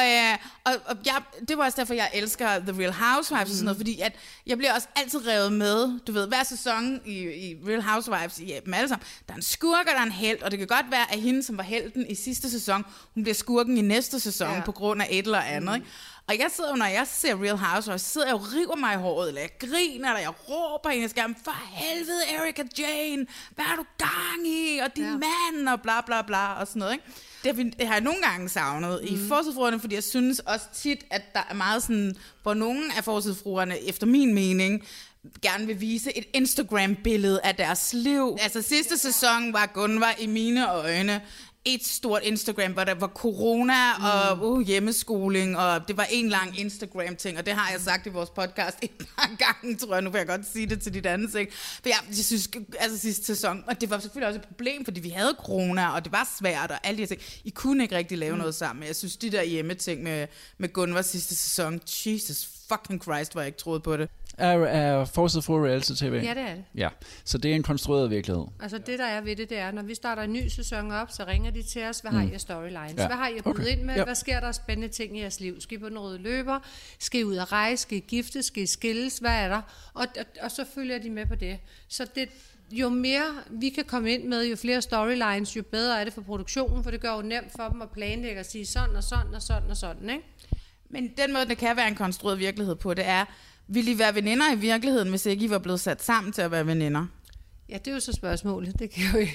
Og det var også derfor, jeg elsker The Real Housewives og sådan noget, fordi at jeg bliver også altid revet med, du ved, hver sæson i Real Housewives, i dem alle sammen, der er en skurk, og der er en helt, og det kan godt være, at hende, som var helten i sidste sæson, hun bliver skurken i næste sæson, på grund af et eller andet, ikke? Og jeg sidder jo, når jeg ser Real Housewives, så sidder jeg jo og river mig i håret, eller jeg griner, eller jeg råber ind i skærmen, for helvede, Erika Jane, hvad er du gang i, og din mand, og bla bla bla, og sådan noget, ikke? Det har jeg nogle gange savnet i Forsidefruerne, fordi jeg synes også tit, at der er meget sådan, hvor nogle af Forsidefruerne, efter min mening, gerne vil vise et Instagram-billede af deres liv. Altså sidste sæson var Gunvar i mine øjne et stort Instagram, hvor der var corona og hjemmeskoling, og det var en lang Instagram-ting, og det har jeg sagt i vores podcast et par gange, tror jeg. Nu vil jeg godt sige det til dit ansigt. For jeg synes, altså sidste sæson, og det var selvfølgelig også et problem, fordi vi havde corona, og det var svært, og alle de her ting. I kunne ikke rigtig lave noget sammen. Jeg synes, de der hjemmeting med Gunvar sidste sæson, Jesus fucking Christ, hvor jeg ikke troede på det. Er Forsidefruer reality-tv? Ja, det er det. Ja, så det er en konstrueret virkelighed. Altså det, der er ved det, er, når vi starter en ny sæson op, så ringer de til os, hvad har I af storylines? Ja. Hvad har I at byde ind med? Ja. Hvad sker der af spændende ting i jeres liv? Skal I på den røde løber? Skal I ud at rejse? Skal I gifte? Skal I skilles? Hvad er der? Og så følger de med på det. Så det, jo mere vi kan komme ind med, jo flere storylines, jo bedre er det for produktionen, for det gør jo nemt for dem at planlægge og sige sådan og sådan og sådan og sådan, ikke? Men den måde, det kan være en konstrueret virkelighed på, det er, vil I være veninder i virkeligheden, hvis ikke I var blevet sat sammen til at være veninder? Ja, det er jo så spørgsmålet. Det kan jo ikke.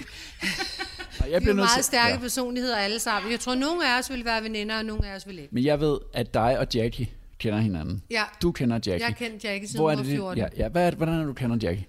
Vi er meget stærke personligheder alle sammen. Jeg tror, nogle af os vil være veninder, og nogle af os vil ikke. Men jeg ved, at dig og Jackie kender hinanden. Ja. Du kender Jackie. Jeg kender Jackie siden 2014. Ja. Hvordan er du kender Jackie?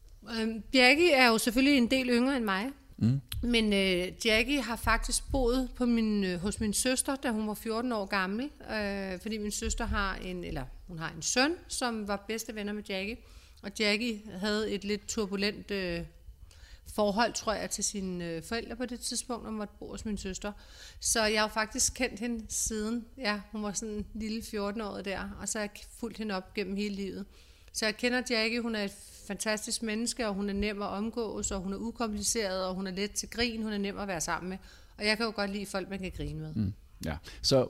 Jackie er jo selvfølgelig en del yngre end mig. Men Jackie har faktisk boet på hos min søster, da hun var 14 år gammel, fordi min søster har hun har en søn, som var bedste venner med Jackie, og Jackie havde et lidt turbulent forhold, tror jeg, til sine forældre på det tidspunkt, og måtte bo hos min søster. Så jeg har faktisk kendt hende siden, hun var sådan en lille 14-årig der, og så har jeg fulgt hende op gennem hele livet. Så jeg kender Jackie, hun er et fantastisk menneske, og hun er nem at omgås, og hun er ukompliceret, og hun er let til grin, hun er nem at være sammen med. Og jeg kan jo godt lide folk, man kan grine med. Ja, så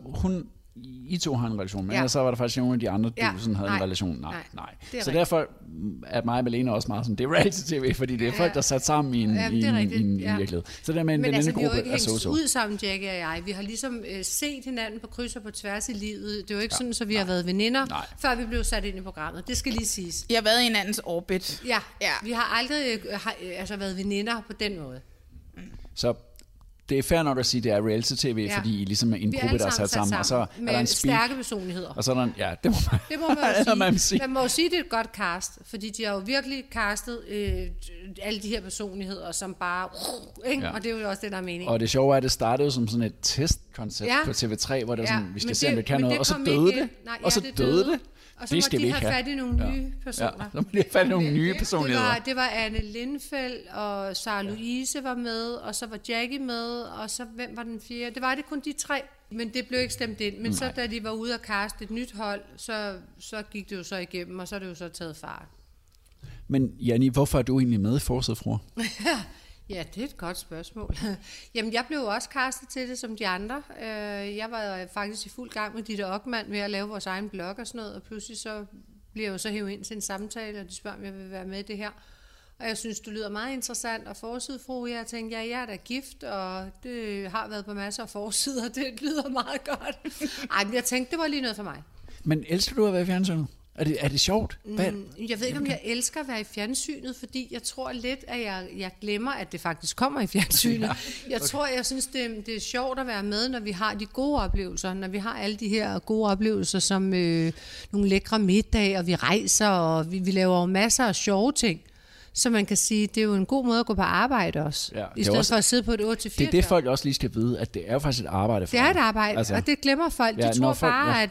I to har en relation, men så var der faktisk nogle af de andre, du sådan havde en relation. Nej. Så derfor er mig og Malene også meget sådan, det er reality-tv, fordi det er folk, der er sat sammen i en virkelighed. Så der med en venindegruppe er så. Men altså, vi har jo ikke hængt ud sammen, Jackie og jeg. Vi har ligesom set hinanden på kryds og på tværs i livet. Det er jo ikke sådan, så vi har været veninder, før vi blev sat ind i programmet. Det skal lige siges. I har været i hinandens orbit. Ja. Vi har aldrig været veninder på den måde. Så det er fair nok at sige, at det er reality-tv, fordi I ligesom er en gruppe, der er sat sammen. Og så er der en stærke personligheder. Og så er der det må man sige. Man må jo sige, at det er et godt cast, fordi de har jo virkelig castet alle de her personligheder, som bare... Og det er jo også det, der er meningen. Og det sjove er, at det startede som sådan et testkoncept på TV3, hvor det var sådan, vi skal se, om det kan noget, og så døde det. Og så døde det. Og så må de have fat i nogle nye personer. Ja, så må de have fat i nogle nye personligheder. Det var Anne Lindfeldt, og Sara Louise var med, og så var Jackie med, og så hvem var den fjerde? Det var det kun de 3, men det blev ikke stemt ind. Men så da de var ude og kaste et nyt hold, så gik det jo så igennem, og så er det jo så taget fart. Men Janni, hvorfor er du egentlig med i Forsædfruer? Ja, det er et godt spørgsmål. Jamen, jeg blev jo også castet til det som de andre. Jeg var faktisk i fuld gang med Ditte Okman med at lave vores egen blog og sådan noget, og pludselig så bliver jeg jo så hævet ind til en samtale, og de spørger, om jeg vil være med i det her. Og jeg synes, det lyder meget interessant, og Forsædfruer, jeg tænkte, ja, jeg er da gift, og det har været på masser af forsider, det lyder meget godt. Ej, men jeg tænkte, det var lige noget for mig. Men elsker du at være i fjernsynet? Er det sjovt? Jeg ved ikke, om jeg elsker at være i fjernsynet, fordi jeg tror lidt, at jeg glemmer, at det faktisk kommer i fjernsynet. Ja, okay. Jeg synes, det er sjovt at være med, når vi har de gode oplevelser, når vi har alle de her gode oplevelser, som nogle lækre middage, og vi rejser, og vi laver masser af sjove ting. Så man kan sige, det er jo en god måde at gå på arbejde også, i stedet for at sidde på et 8-4. Det er det, folk også lige skal vide, at det er jo faktisk et arbejde for det er et arbejde, altså, og det glemmer folk. De tror bare,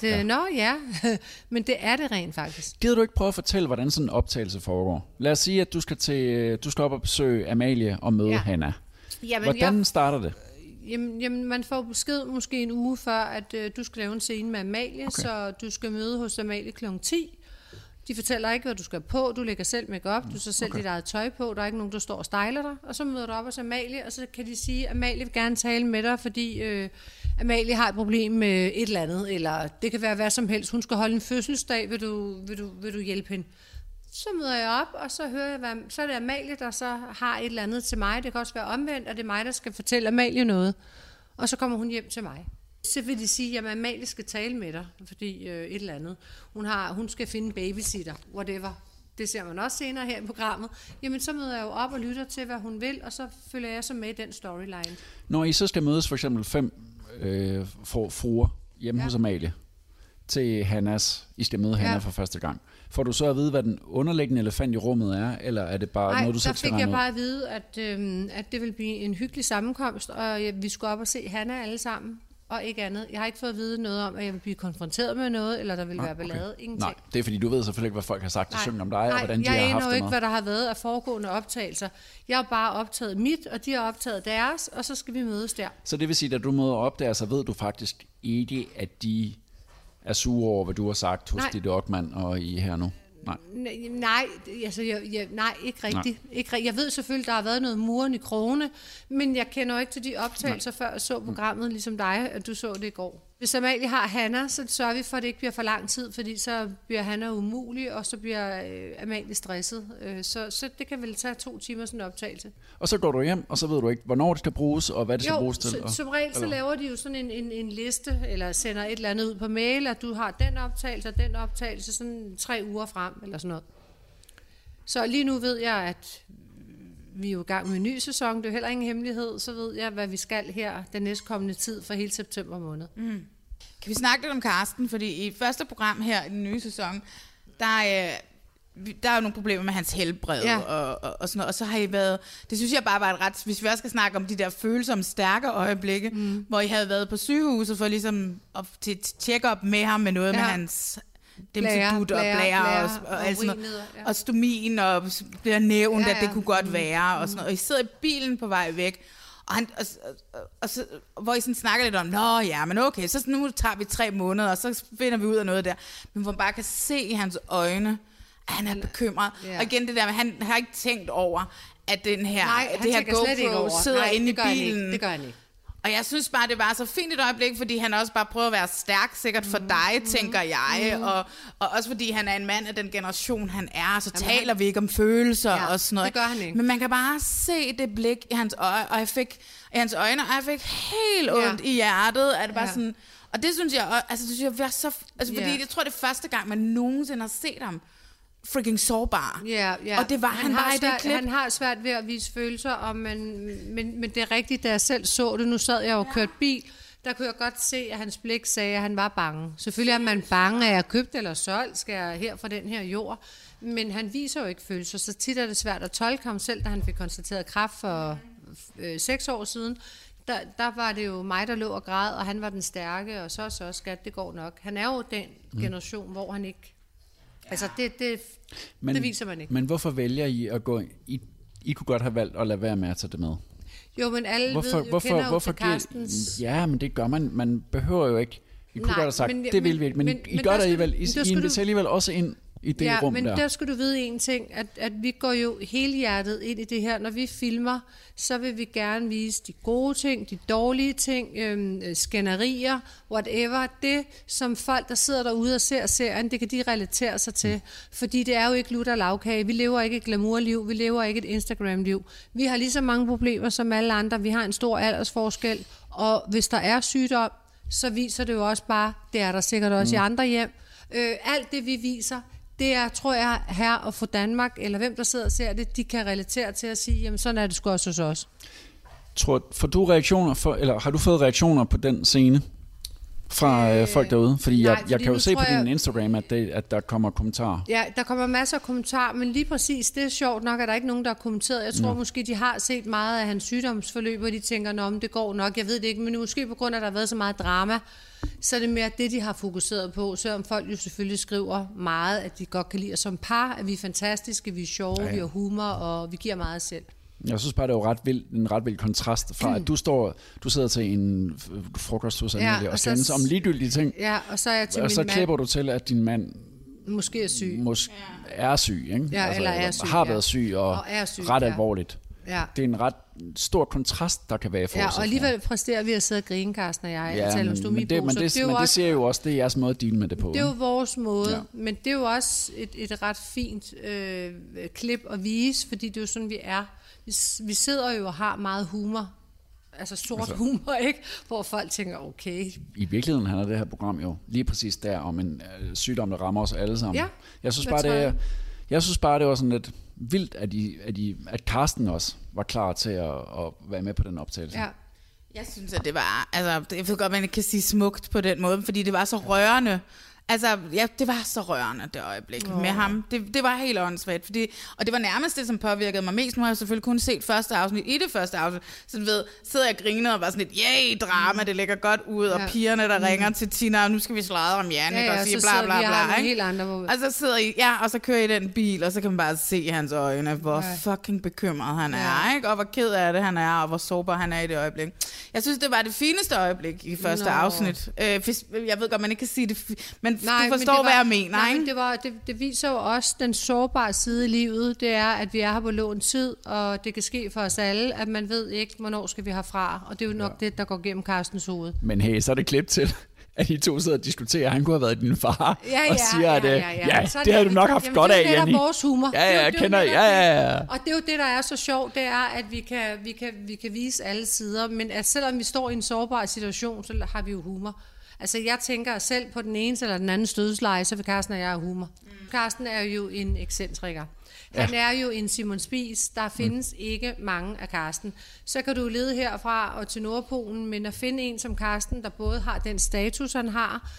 at men det er det rent faktisk. Gider du ikke prøve at fortælle, hvordan sådan en optagelse foregår? Lad os sige, at du skal op og besøge Amalie og møde Hanna. Hvordan starter det? Jamen, man får besked måske en uge før, at du skal lave en scene med Amalie, så du skal møde hos Amalie kl. 10. De fortæller ikke, hvad du skal på. Du lægger selv make-up. Du så selv dit eget tøj på. Der er ikke nogen, der står og styler dig. Og så møder du op hos Amalie, og så kan de sige, at Amalie vil gerne tale med dig, fordi Amalie har et problem med et eller andet. Eller det kan være hvad som helst. Hun skal holde en fødselsdag. Vil du hjælpe hende? Så møder jeg op, og så hører jeg, så er det Amalie, der så har et eller andet til mig. Det kan også være omvendt, og det er mig, der skal fortælle Amalie noget. Og så kommer hun hjem til mig. Så vil de sige, at Amalie skal tale med dig, fordi et eller andet. Hun skal finde en babysitter, whatever. Det ser man også senere her i programmet. Jamen, så møder jeg jo op og lytter til, hvad hun vil, og så følger jeg så med i den storyline. Når I så skal mødes for eksempel 5 fruer hjemme hos Amalie til Hannas, I skal møde Hanna for første gang. Får du så at vide, hvad den underliggende elefant i rummet er, eller er det bare noget, du selv skal regne ud? Nej, der fik jeg bare at vide, at det vil blive en hyggelig sammenkomst, og vi skulle op og se Hanna alle sammen. Og ikke andet. Jeg har ikke fået at vide noget om, at jeg vil blive konfronteret med noget, eller der vil være ballade. Ingenting. Nej, det er fordi, du ved selvfølgelig ikke, hvad folk har sagt og synge om dig, og hvordan de har haft det. Jeg aner ikke, hvad der har været af foregående optagelser. Jeg har bare optaget mit, og de har optaget deres, og så skal vi mødes der. Så det vil sige, at da du møder op der, så ved du faktisk ikke, at de er sure over, hvad du har sagt hos Ditte Okman og I her nu? Nej, altså nej, ikke rigtigt. Ikke, jeg ved selvfølgelig, der har været noget muren i krogene, men jeg kender jo ikke til de optagelser, før jeg så programmet, ligesom dig, at du så det i går. Hvis Amalie har Hanna, så sørger vi for, at det ikke bliver for lang tid, fordi så bliver Hanna umulig, og så bliver Amalie stresset. Så det kan vel tage 2 timer sådan en optagelse. Og så går du hjem, og så ved du ikke, hvornår det skal bruges, og hvad det skal bruges til. Som regel så laver de jo sådan en liste, eller sender et eller andet ud på mail, at du har den optagelse, sådan 3 uger frem, eller sådan noget. Så lige nu ved jeg, at vi er jo i gang med en ny sæson, det er jo heller ingen hemmelighed, så ved jeg, hvad vi skal her den næstkommende tid for hele september måned. Mm. Kan vi snakke lidt om Karsten, fordi i første program her i den nye sæson, der er jo nogle problemer med hans helbred og sådan noget, og så har I været, det synes jeg bare var et ret, hvis vi også skal snakke om de der følsomme, stærke øjeblikke, hvor I havde været på sygehuset for ligesom til check-up med ham med noget med hans demsidut og blære og alt sådan noget, og stomin og bliver nævnt, at det kunne godt være, og sådan noget. Og I sidder i bilen på vej væk, og så, hvor I sådan snakker lidt om, men okay, så nu tager vi 3 måneder, og så finder vi ud af noget der. Men hvor man bare kan se i hans øjne, at han er bekymret. Og igen det der med, han har ikke tænkt over, at det her GoPro sidder inde i bilen. Det gør han ikke. Og jeg synes bare, det var så fint et øjeblik, fordi han også bare prøver at være stærk, sikkert for dig, tænker jeg. Og også fordi han er en mand af den generation, han er, så taler vi ikke om følelser og sådan noget. Det gør han ikke. Men man kan bare se det blik i hans øje, og jeg fik helt ondt i hjertet. Er det bare sådan, og det synes jeg, var så, fordi jeg tror, det er første gang, man nogensinde har set ham freaking sårbar. Og det var han bare i det klip. Han har svært ved at vise følelser, men det er rigtigt, da jeg selv så det. Nu sad jeg og kørte bil. Der kunne jeg godt se, at hans blik sagde, at han var bange. Selvfølgelig er man bange, at jeg købt eller solgt, skal jeg her fra den her jord. Men han viser jo ikke følelser, så tit er det svært at tolke ham selv, da han fik konstateret kræft for 6 år siden. Der var det jo mig, der lå og græd, og han var den stærke, og så skat, det går nok. Han er jo den generation, hvor han ikke Altså, det viser man ikke. Men hvorfor vælger I at gå... I kunne godt have valgt at lade være med at tage det med. Jo, men alle kender jo til Carstens... Ja, men det gør man. Man behøver jo ikke... I kunne godt have sagt, det vil vi ikke. Men I gør det alligevel. I inviterer alligevel også ind i det rum der. Ja, men der skal du vide en ting, at vi går jo helhjertet ind i det her. Når vi filmer, så vil vi gerne vise de gode ting, de dårlige ting, skænderier, whatever. Det, som folk, der sidder derude og ser serien, det kan de relatere sig til. Fordi det er jo ikke lutter lavkage. Vi lever ikke et glamourliv, vi lever ikke et Instagram-liv. Vi har lige så mange problemer som alle andre. Vi har en stor aldersforskel, og hvis der er sygdom, så viser det jo også bare, det er der sikkert også i andre hjem. Alt det, vi viser, det er, tror jeg, her og for Danmark, eller hvem der sidder og ser det, de kan relatere til at sige, jamen sådan er det sgu også hos os. Får du reaktioner, eller har du fået reaktioner på den scene fra folk derude? Fordi jeg kan jo se på din Instagram, at der kommer kommentarer. Ja, der kommer masser af kommentarer, men lige præcis, det er sjovt nok, at der ikke nogen, der har kommenteret. Jeg tror måske, de har set meget af hans sygdomsforløb, og de tænker, nå, det går nok, jeg ved det ikke, men måske på grund af, at der har været så meget drama, så er det mere det, de har fokuseret på, selvom folk jo selvfølgelig skriver meget, at de godt kan lide os som par, at vi er fantastiske, vi er sjove, vi har humor, og vi giver meget selv. Jeg synes bare, det er jo en ret vild kontrast fra, at du sidder til en frokost hos Amelie og skændes om ligegyldige ting. Ja, og så er jeg til og så klipper du til, at din mand måske er syg. Er syg, ikke? Ja, eller er syg. Har været syg og er syg, ret alvorligt. Ja. Det er en ret stor kontrast, der kan være i forhold. Ja, og alligevel præsterer vi at sidde og grine, Carsten og jeg. Ja, men det ser jo også, det er jeres måde at deale med det på. Det er jo vores måde, men det er jo også et ret fint klip at vise, fordi det er jo sådan, vi er. Vi sidder jo og har meget humor, altså sort humor, ikke? Hvor folk tænker, okay. I virkeligheden handler det her program jo lige præcis der om en sygdom, der rammer os alle sammen. Ja, jeg synes bare, det var sådan lidt vildt, at Carsten også var klar til at være med på den optagelse. Ja. Jeg synes, at det var, altså, jeg ved godt, man ikke kan sige smukt på den måde, fordi det var så rørende. Altså, ja, det var så rørende, det øjeblik med ham. Det var helt åndssvagt, og det var nærmest det, som påvirkede mig mest. Nu har jeg selvfølgelig kun set første afsnit. I det første afsnit, så du ved, sidder jeg og griner og var sådan lidt, yay, drama, det ligger godt ud, og pigerne, der ringer til Tina, og nu skal vi sladre om Jannik, og sige bla bla bla, ikke? Helt andre og så sidder I, og så kører I den bil, og så kan man bare se i hans øjne, hvor fucking bekymret han er, ikke? Og hvor ked af det han er, og hvor sårbar han er i det øjeblik. Jeg synes, det var det fineste øjeblik i første afsnit. Jeg ved godt, man ikke kan sige det, men du forstår, hvad jeg mener, ikke? Det viser jo også den sårbare side i livet. Det er, at vi er her på lånt tid, og det kan ske for os alle, at man ved ikke, hvornår skal vi herfra. Og det er jo nok det, der går gennem Carstens hoved. Men hey, så er det klip til, at I to sidder og diskuterer, han kunne have været din far, og siger, at det havde du nok haft godt af, Jannik. Det er vores humor. Ja. Og det er jo det, der er så sjovt, det er, at vi kan vise alle sider, men at selvom vi står i en sårbar situation, så har vi jo humor. Altså, jeg tænker selv på den ene eller den anden stødsleje, så vil Carsten og jeg have humor. Carsten er jo en ekscentriker. Han er jo en Simon Spies. Der findes ikke mange af Carsten. Så kan du lede herfra og til Nordpolen, men at finde en som Carsten, der både har den status, han har,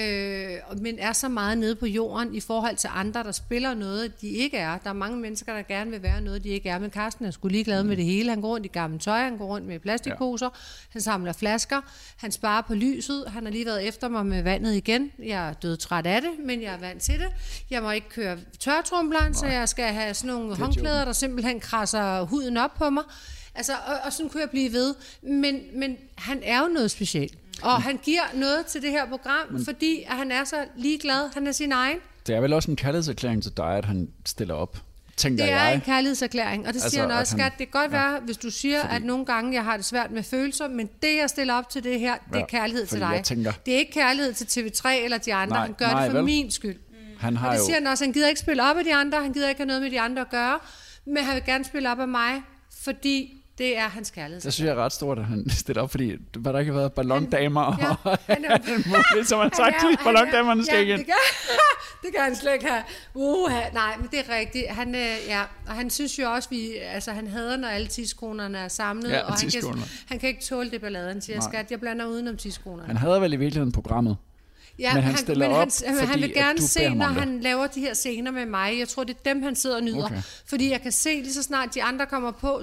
men er så meget nede på jorden i forhold til andre, der spiller noget, de ikke er. Der er mange mennesker, der gerne vil være noget, de ikke er, men Carsten er sgu ligeglad med det hele. Han går rundt i gammelt tøj, han går rundt med plastikposer, han samler flasker, han sparer på lyset, han har lige været efter mig med vandet igen. Jeg er død træt af det, men jeg er vant til det. Jeg må ikke køre tørretrumbleren, så jeg skal have sådan nogle håndklæder, der simpelthen krasser huden op på mig. Altså, og sådan kunne jeg blive ved. Men han er jo noget specielt. Og han giver noget til det her program, fordi at han er så ligeglad. Han er sin egen. Det er vel også en kærlighedserklæring til dig, at han stiller op, tænker jeg. Det er en kærlighedserklæring, og det siger han også, skat. Det kan godt være, hvis du siger, at nogle gange jeg har det svært med følelser, men det, jeg stiller op til det her, det er kærlighed til dig. Det er ikke kærlighed til TV3 eller de andre. Han gør det for min skyld. Og det siger han også, han gider ikke spille op af de andre, han gider ikke have noget med de andre at gøre, men han vil gerne spille op af mig, fordi det er hans kærlighed. Det synes jeg er ret stort, at han stiller op, fordi der har ikke været ballondamer og som han sagt, ballondamerne skal igen. Det kan han slet ikke have. Nej, men det er rigtigt. Og han synes jo også, han hader, når alle tidskronerne er samlet, og han kan ikke tåle det ballade. Han siger, skat, jeg blander udenom tidskronerne. Han hader vel i virkeligheden programmet. Ja, men han stiller op, han vil gerne se, når han laver de her scener med mig. Jeg tror, det er dem, han sidder og nyder. Okay. Fordi jeg kan se, lige så snart de andre kommer på,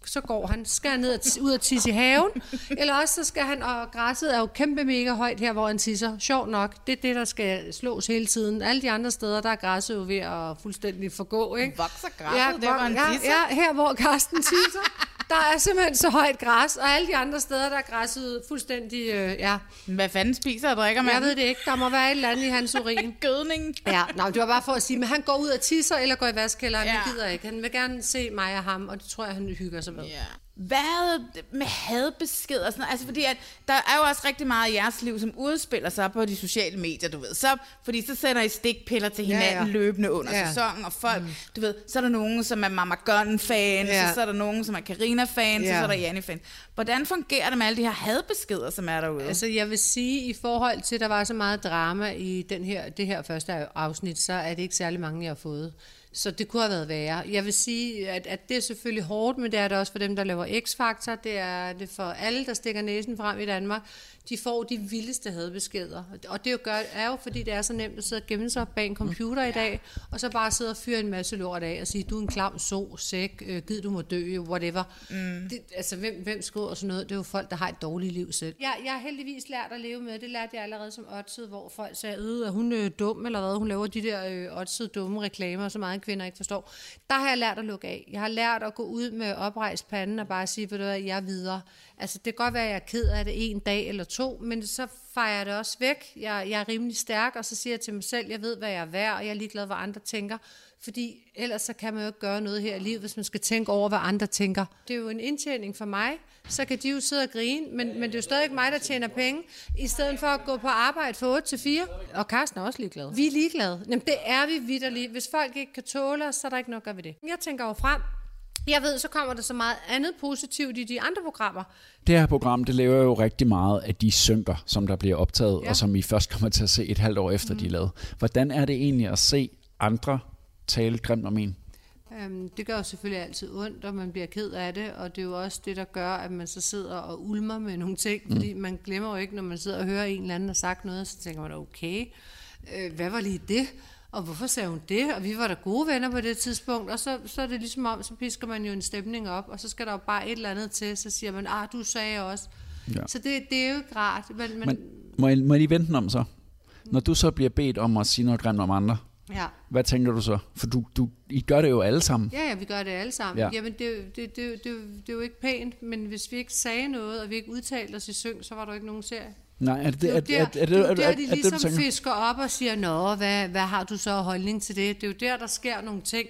så går han. Skal han ned ud og tisse i haven, eller også så skal han, og græsset er jo kæmpe mega højt her, hvor han tisser. Sjovt nok, det er det, der skal slås hele tiden. Alle de andre steder, der er græsset jo ved at fuldstændig forgå, ikke? Vokser græsset, det var en tisser? Ja, her hvor Karsten tisser. Der er simpelthen så højt græs, og alle de andre steder, der er græsset fuldstændig, ja. Hvad fanden spiser og drikker man? Jeg ved det ikke. Der må være et eller andet i hans urin. Gødning. Ja, det var bare for at sige, men han går ud og tisser, eller går i vaskekælderen. Han gider ikke. Han vil gerne se mig og ham, og det tror jeg, han hygger sig med. Ja. Hvad med hadbeskeder? Sådan, altså fordi at der er jo også rigtig meget i jeres liv, som udspiller sig på de sociale medier, du ved. Fordi så sender I stikpiller til hinanden løbende under sæsonen, og folk, du ved, så er der nogen, som er Mama Gun-fans, så er der nogen, som er Karina-fans, og så er der Janni-fans. Hvordan fungerer det med alle de her hadbeskeder, som er derude? Altså jeg vil sige, i forhold til, der var så meget drama i det her første afsnit, så er det ikke særlig mange, jeg har fået. Så det kunne have været værre. Jeg vil sige, at det er selvfølgelig hårdt, men det er det også for dem, der laver X-Factor. Det er det for alle, der stikker næsen frem i Danmark. De får de vildeste hadbeskeder. Og det er jo fordi, det er så nemt at sidde og gemme sig bag en computer i dag, og så bare sidde og fyre en masse lort af og sige, du er en klam sæk, gid du må dø, whatever. Det, altså, hvem skriver sådan noget? Det er jo folk, der har et dårligt liv selv. Jeg har heldigvis lært at leve med det. Det lærte jeg allerede som oddset, hvor folk sagde, er hun dum eller hvad? Hun laver de der oddset dumme reklamer, så meget kvinder ikke forstår. Der har jeg lært at lukke af. Jeg har lært at gå ud med oprejst panden og bare sige, at jeg er videre. Altså, det kan godt være, at jeg er ked af det en dag eller to, men så fejrer jeg det også væk. Jeg er rimelig stærk, og så siger jeg til mig selv, jeg ved, hvad jeg er værd, og jeg er ligeglad, hvad andre tænker. Fordi ellers så kan man jo ikke gøre noget her i livet, hvis man skal tænke over, hvad andre tænker. Det er jo en indtjening for mig, så kan de jo sidde og grine, men det er jo stadig ikke mig, der tjener penge, i stedet for at gå på arbejde fra 8 til 4. Og Karsten er også ligeglad. Vi er ligeglade. Jamen, det er vi vitterligt. Hvis folk ikke kan tåle os, så er der ikke noget at gøre ved det. Jeg tænker jo frem. Jeg ved, så kommer der så meget andet positivt i de andre programmer. Det her program, det laver jo rigtig meget af de synker, som der bliver optaget, og som I først kommer til at se et halvt år efter, de er lavet. Hvordan er det egentlig at se andre tale grimt om en? Det gør jo selvfølgelig altid ondt, og man bliver ked af det, og det er jo også det, der gør, at man så sidder og ulmer med nogle ting, fordi man glemmer jo ikke, når man sidder og hører en eller anden har sagt noget, så tænker man, okay, hvad var lige det? Og hvorfor sagde hun det? Og vi var da gode venner på det tidspunkt, og så er det ligesom om, så pisker man jo en stemning op, og så skal der jo bare et eller andet til, så siger man, du sagde også. Ja. Så det er jo ikke rart. Men må jeg lige vente den om så? Når du så bliver bedt om at sige noget grimt om andre, hvad tænker du så? For I gør det jo alle sammen. Ja, vi gør det alle sammen. Ja. Jamen, det er jo ikke pænt, men hvis vi ikke sagde noget, og vi ikke udtalte os i syng, så var der ikke nogen serie. Nej, er det der, de ligesom fisker op og siger, nå, hvad har du så holdning til det? Det er jo der sker nogle ting,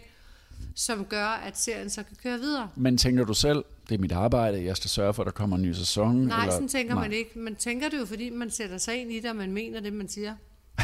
som gør, at serien så kan køre videre. Men tænker du selv, det er mit arbejde, jeg skal sørge for, at der kommer en ny sæson? Nej, eller? Sådan tænker man ikke. Man tænker det jo, fordi man sætter sig ind i det, og man mener det, man siger.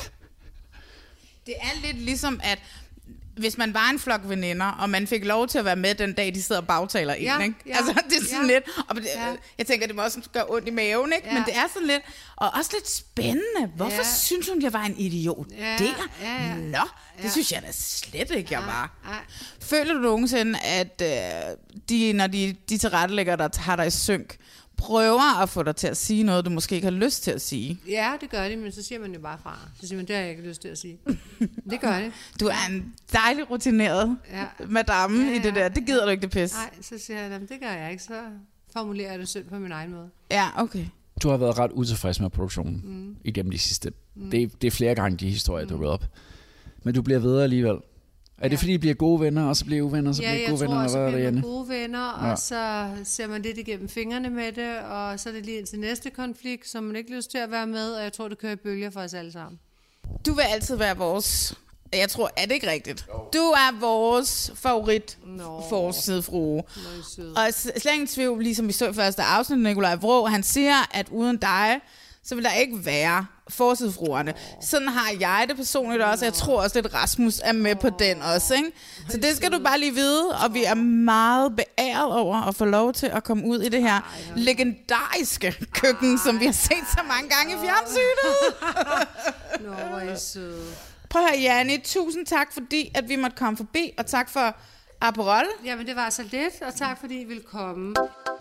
Det er lidt ligesom, at hvis man var en flok veninder, og man fik lov til at være med den dag, de sidder og bagtaler en, ikke? Ja, altså, det er sådan lidt, og jeg tænker, det må også gøre ondt i maven, ikke? Ja. Men det er sådan lidt, og også lidt spændende. Hvorfor synes hun, jeg var en idiot der? Nå, det synes jeg da slet ikke, jeg var. Føler du nogensinde, at når de tilrettelægger dig, har dig i synk, prøver at få dig til at sige noget, du måske ikke har lyst til at sige? Ja, det gør de, men så siger man jo bare fra. Så siger man, det har jeg ikke lyst til at sige. Det gør det. Du er en dejlig rutineret madame i det der. Det gider du ikke, det pis. Nej, så siger jeg, det gør jeg ikke. Så formulerer jeg det selv på min egen måde. Ja, okay. Du har været ret utilfreds med produktionen igennem de sidste. Det er flere gange de historier, du har været op. Men du bliver ved alligevel. Er det fordi, I bliver gode venner, og så bliver I uvenner, og så bliver I gode venner? Ja, jeg tror, så bliver man gode venner, og så ser man lidt igennem fingrene med det, og så er det lige indtil næste konflikt, som man ikke lyst til at være med, og jeg tror, det kører i bølger for os alle sammen. Du vil altid være vores... Jeg tror, er det ikke rigtigt? Du er vores favorit forsidefrue. Og slet ingen tvivl, ligesom vi så i første afsnit, Nikolaj Vrå, han siger, at uden dig, så vil der ikke være forsidefruerne. Sådan har jeg det personligt også. Jeg tror også, at Rasmus er med på den også. Ikke? Så det skal du bare lige vide. Og vi er meget beæret over at få lov til at komme ud i det her legendariske køkken, som vi har set så mange gange i fjernsynet. Nå, hvor er I søde. Prøv at høre, Janni. Tusind tak, fordi at vi måtte komme forbi. Og tak for Aperol. Jamen, det var så lidt. Og tak, fordi I ville komme.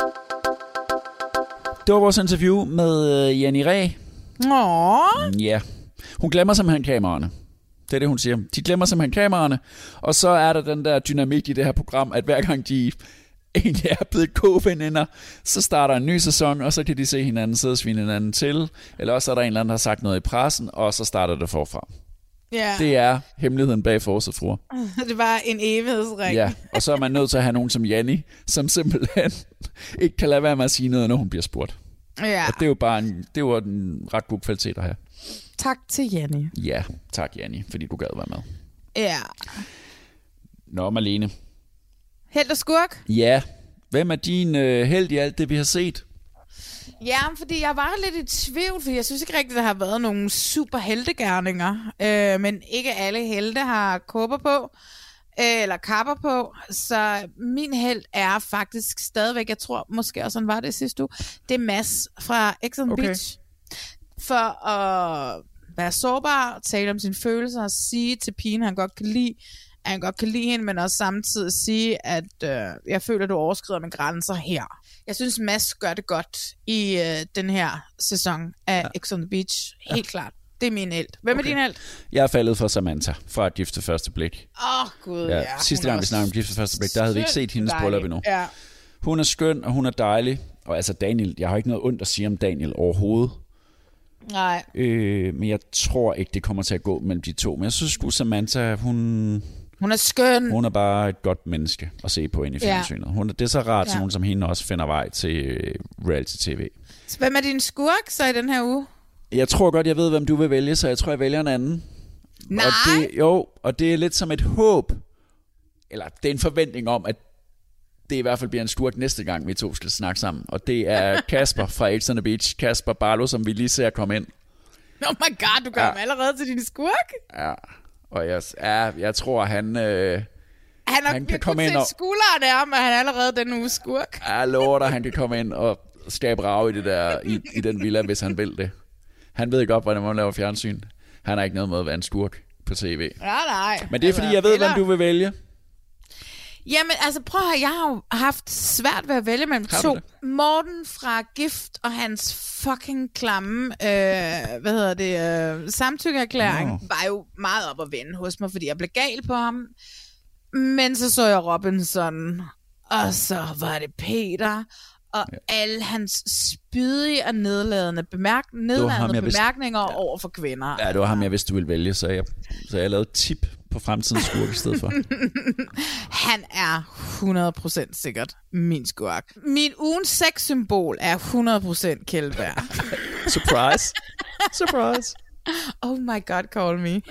Det var vores interview med Janni Ræ. Ja, hun glemmer simpelthen kameraerne. Det er det, hun siger. De glemmer simpelthen kameraerne. Og så er der den der dynamik i det her program, at hver gang de egentlig er blevet co-veninder, så starter en ny sæson, og så kan de se hinanden sidde og svine hinanden til, eller også er der en eller anden, der har sagt noget i pressen, og så starter det forfra. Ja. Det er hemmeligheden bag Forsætfruer. Det var en evighedsring. Ja, og så er man nødt til at have nogen som Janni, som simpelthen ikke kan lade være med at sige noget, når hun bliver spurgt. Ja. Og det er jo bare det var en ret god kvalitet at have. Tak til Janni. Ja, tak Janni, fordi du gad være med. Ja. Nå, Malene. Helt og skurk? Ja. Hvem er din held i alt det, vi har set? Ja, fordi jeg var lidt i tvivl, fordi jeg synes ikke rigtigt, der har været nogle super heltegerninger. Men ikke alle helte har kåber på, eller kapper på. Så min held er faktisk stadigvæk, jeg tror måske også, han var det sidste uge, det er Mads fra Ex on the Beach. For at være sårbar, tale om sine følelser og sige til pigen, han godt kan lide, at han godt kan lide hende, men også samtidig sige, at jeg føler, at du overskrider mine grænser her. Jeg synes, Mads gør det godt i den her sæson af Ex on the Beach. Helt klart. Det er min held. Hvem er din held? Jeg er faldet for Samantha fra Gift ved første blik. Gud, ja. Sidste gang, vi snakkede om Gift ved første blik, der havde vi ikke set hendes bryllup endnu. Ja. Hun er skøn, og hun er dejlig. Og altså Daniel, jeg har ikke noget ondt at sige om Daniel overhovedet. Nej. Men jeg tror ikke, det kommer til at gå mellem de to. Men jeg synes sgu, Samantha, hun er skøn. Hun er bare et godt menneske at se på inde i fjernsynet. Det er så rart, at nogen som hende også finder vej til reality-tv. Så hvem er din skurk så i den her uge? Jeg tror godt, jeg ved, hvem du vil vælge, så jeg tror, jeg vælger en anden. Nej. Og det er lidt som et håb, eller det er en forventning om, at det i hvert fald bliver en skurk næste gang, vi to skal snakke sammen. Og det er Kasper fra Ex on the Beach, Kasper Barlow, som vi lige ser komme ind. Oh my god, du gør ham allerede til din skurk? Ja, og jeg tror, han han kan komme ind og skulderen af ham, at han allerede den uge skurk. Jeg lover dig, han kan komme ind og skabe rav i det der i den villa, hvis han vil det. Han ved godt, hvordan man laver fjernsyn. Han har ikke noget med at være en skurk på tv. Nej. Men det er fordi, jeg ved, hvem du vil vælge. Jamen, altså prøv at høre, jeg har jo haft svært ved at vælge mellem to. Morten fra Gift og hans fucking klamme, samtykkeerklæring, var jo meget op at vende hos mig, fordi jeg blev gal på ham. Men så jeg Robinson, og så var det Peter, og alle hans spydige og nedladende bemærkninger over for kvinder. Ja, det var ham, jeg vidste, du ville vælge, så jeg lavede et tip på fremtidens skurk i stedet for. Han er 100% sikkert min skurk. Min ugens sexsymbol er 100% Kjeldberg. Surprise. Surprise. Oh my god, call me.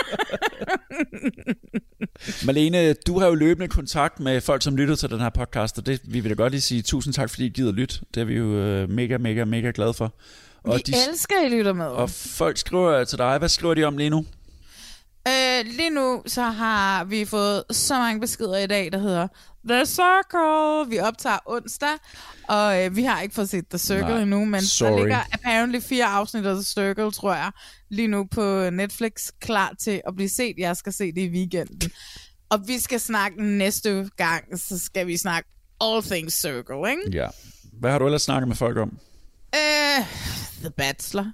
Malene, du har jo løbende kontakt med folk, som lytter til den her podcast, og det vi vil da godt lige sige tusind tak, fordi I gider lytte. Det er vi jo mega glade for. Og vi elsker, I lytter med. Og folk skriver til dig. Hvad skriver de om lige nu? Lige nu så har vi fået så mange beskeder i dag, der hedder The Circle. Vi optager onsdag, og vi har ikke fået set The Circle endnu, men der ligger apparently 4 afsnit af The Circle, tror jeg, lige nu på Netflix, klar til at blive set. Jeg skal se det i weekenden. Og vi skal snakke næste gang, så skal vi snakke All Things Circle, ikke? Ja. Hvad har du ellers snakket med folk om? The Bachelor.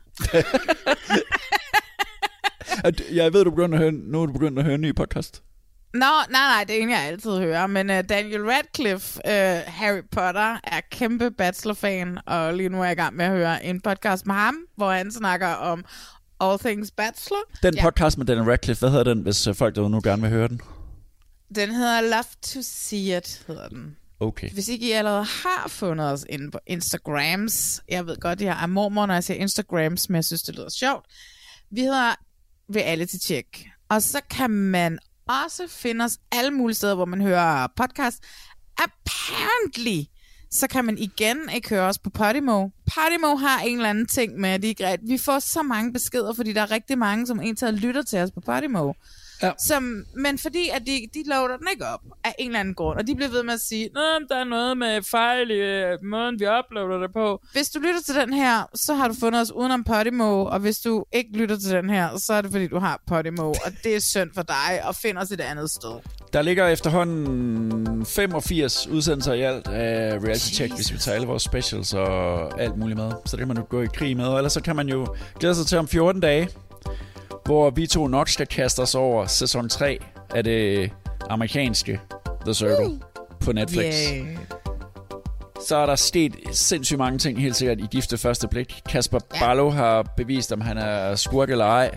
Jeg ved, du er begyndt at høre en ny podcast. Nej, det er en, jeg altid hører. Men Daniel Radcliffe, Harry Potter, er kæmpe Bachelor-fan, og lige nu er jeg i gang med at høre en podcast med ham, hvor han snakker om All Things Bachelor. Den podcast med Daniel Radcliffe, hvad hedder den, hvis folk derude nu gerne vil høre den? Den hedder Love to See It, hedder den. Okay. Hvis ikke I allerede har fundet os inde på Instagrams, jeg ved godt, jeg er mormor, når jeg siger Instagrams, men jeg synes, det lyder sjovt. Vi hedder Reality Check, og så kan man også finde os alle mulige steder, hvor man hører podcast. Apparently, så kan man igen ikke høre os på Podimo. Podimo har en eller anden ting med, at vi får så mange beskeder, fordi der er rigtig mange, som egentlig lytter til os på Podimo. Ja. Men fordi at de loader den ikke op af en eller anden grund, og de bliver ved med at sige, der er noget med fejl i måden, vi uploader det på. Hvis du lytter til den her, så har du fundet os udenom Podimo, og hvis du ikke lytter til den her, så er det fordi, du har Podimo, og det er synd for dig, og find os et andet sted. Der ligger efterhånden 85 udsendelser i alt af Reality Check, hvis vi tager alle vores specials og alt muligt med. Så det kan man jo gå i krig med, og ellers så kan man jo glæde sig til om 14 dage, hvor vi to nok skal kaste os over sæson 3 af det amerikanske The Circle på Netflix. Så er der sket sindssygt mange ting, helt sikkert, i Gift ved første blik. Kasper Barlow har bevist, om han er skurk eller ej.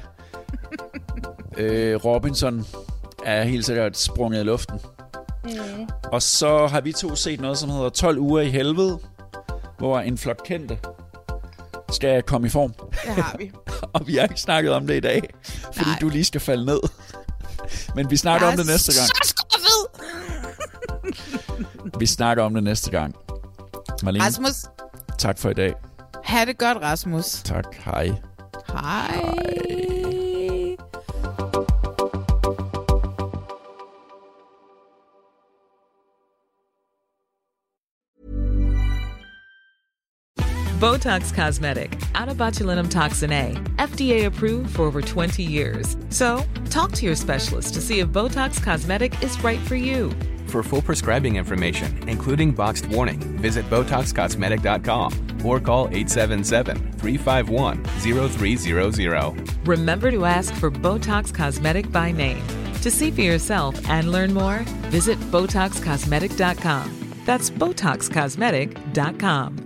Robinson er helt sikkert sprunget i luften. Og så har vi 2 set noget, som hedder 12 uger i helvede, hvor en flok kendte skal komme i form. Det har vi. Og vi har ikke snakket om det i dag, fordi du lige skal falde ned. Men vi snakker om det næste gang. Vi snakker om det næste gang. Marlene, Rasmus. Tak for i dag. Ha' det godt, Rasmus. Tak. Hej. Hej. Botox Cosmetic, out of botulinum toxin A, FDA approved for over 20 years. So, talk to your specialist to see if Botox Cosmetic is right for you. For full prescribing information, including boxed warning, visit BotoxCosmetic.com or call 877-351-0300. Remember to ask for Botox Cosmetic by name. To see for yourself and learn more, visit BotoxCosmetic.com. That's BotoxCosmetic.com.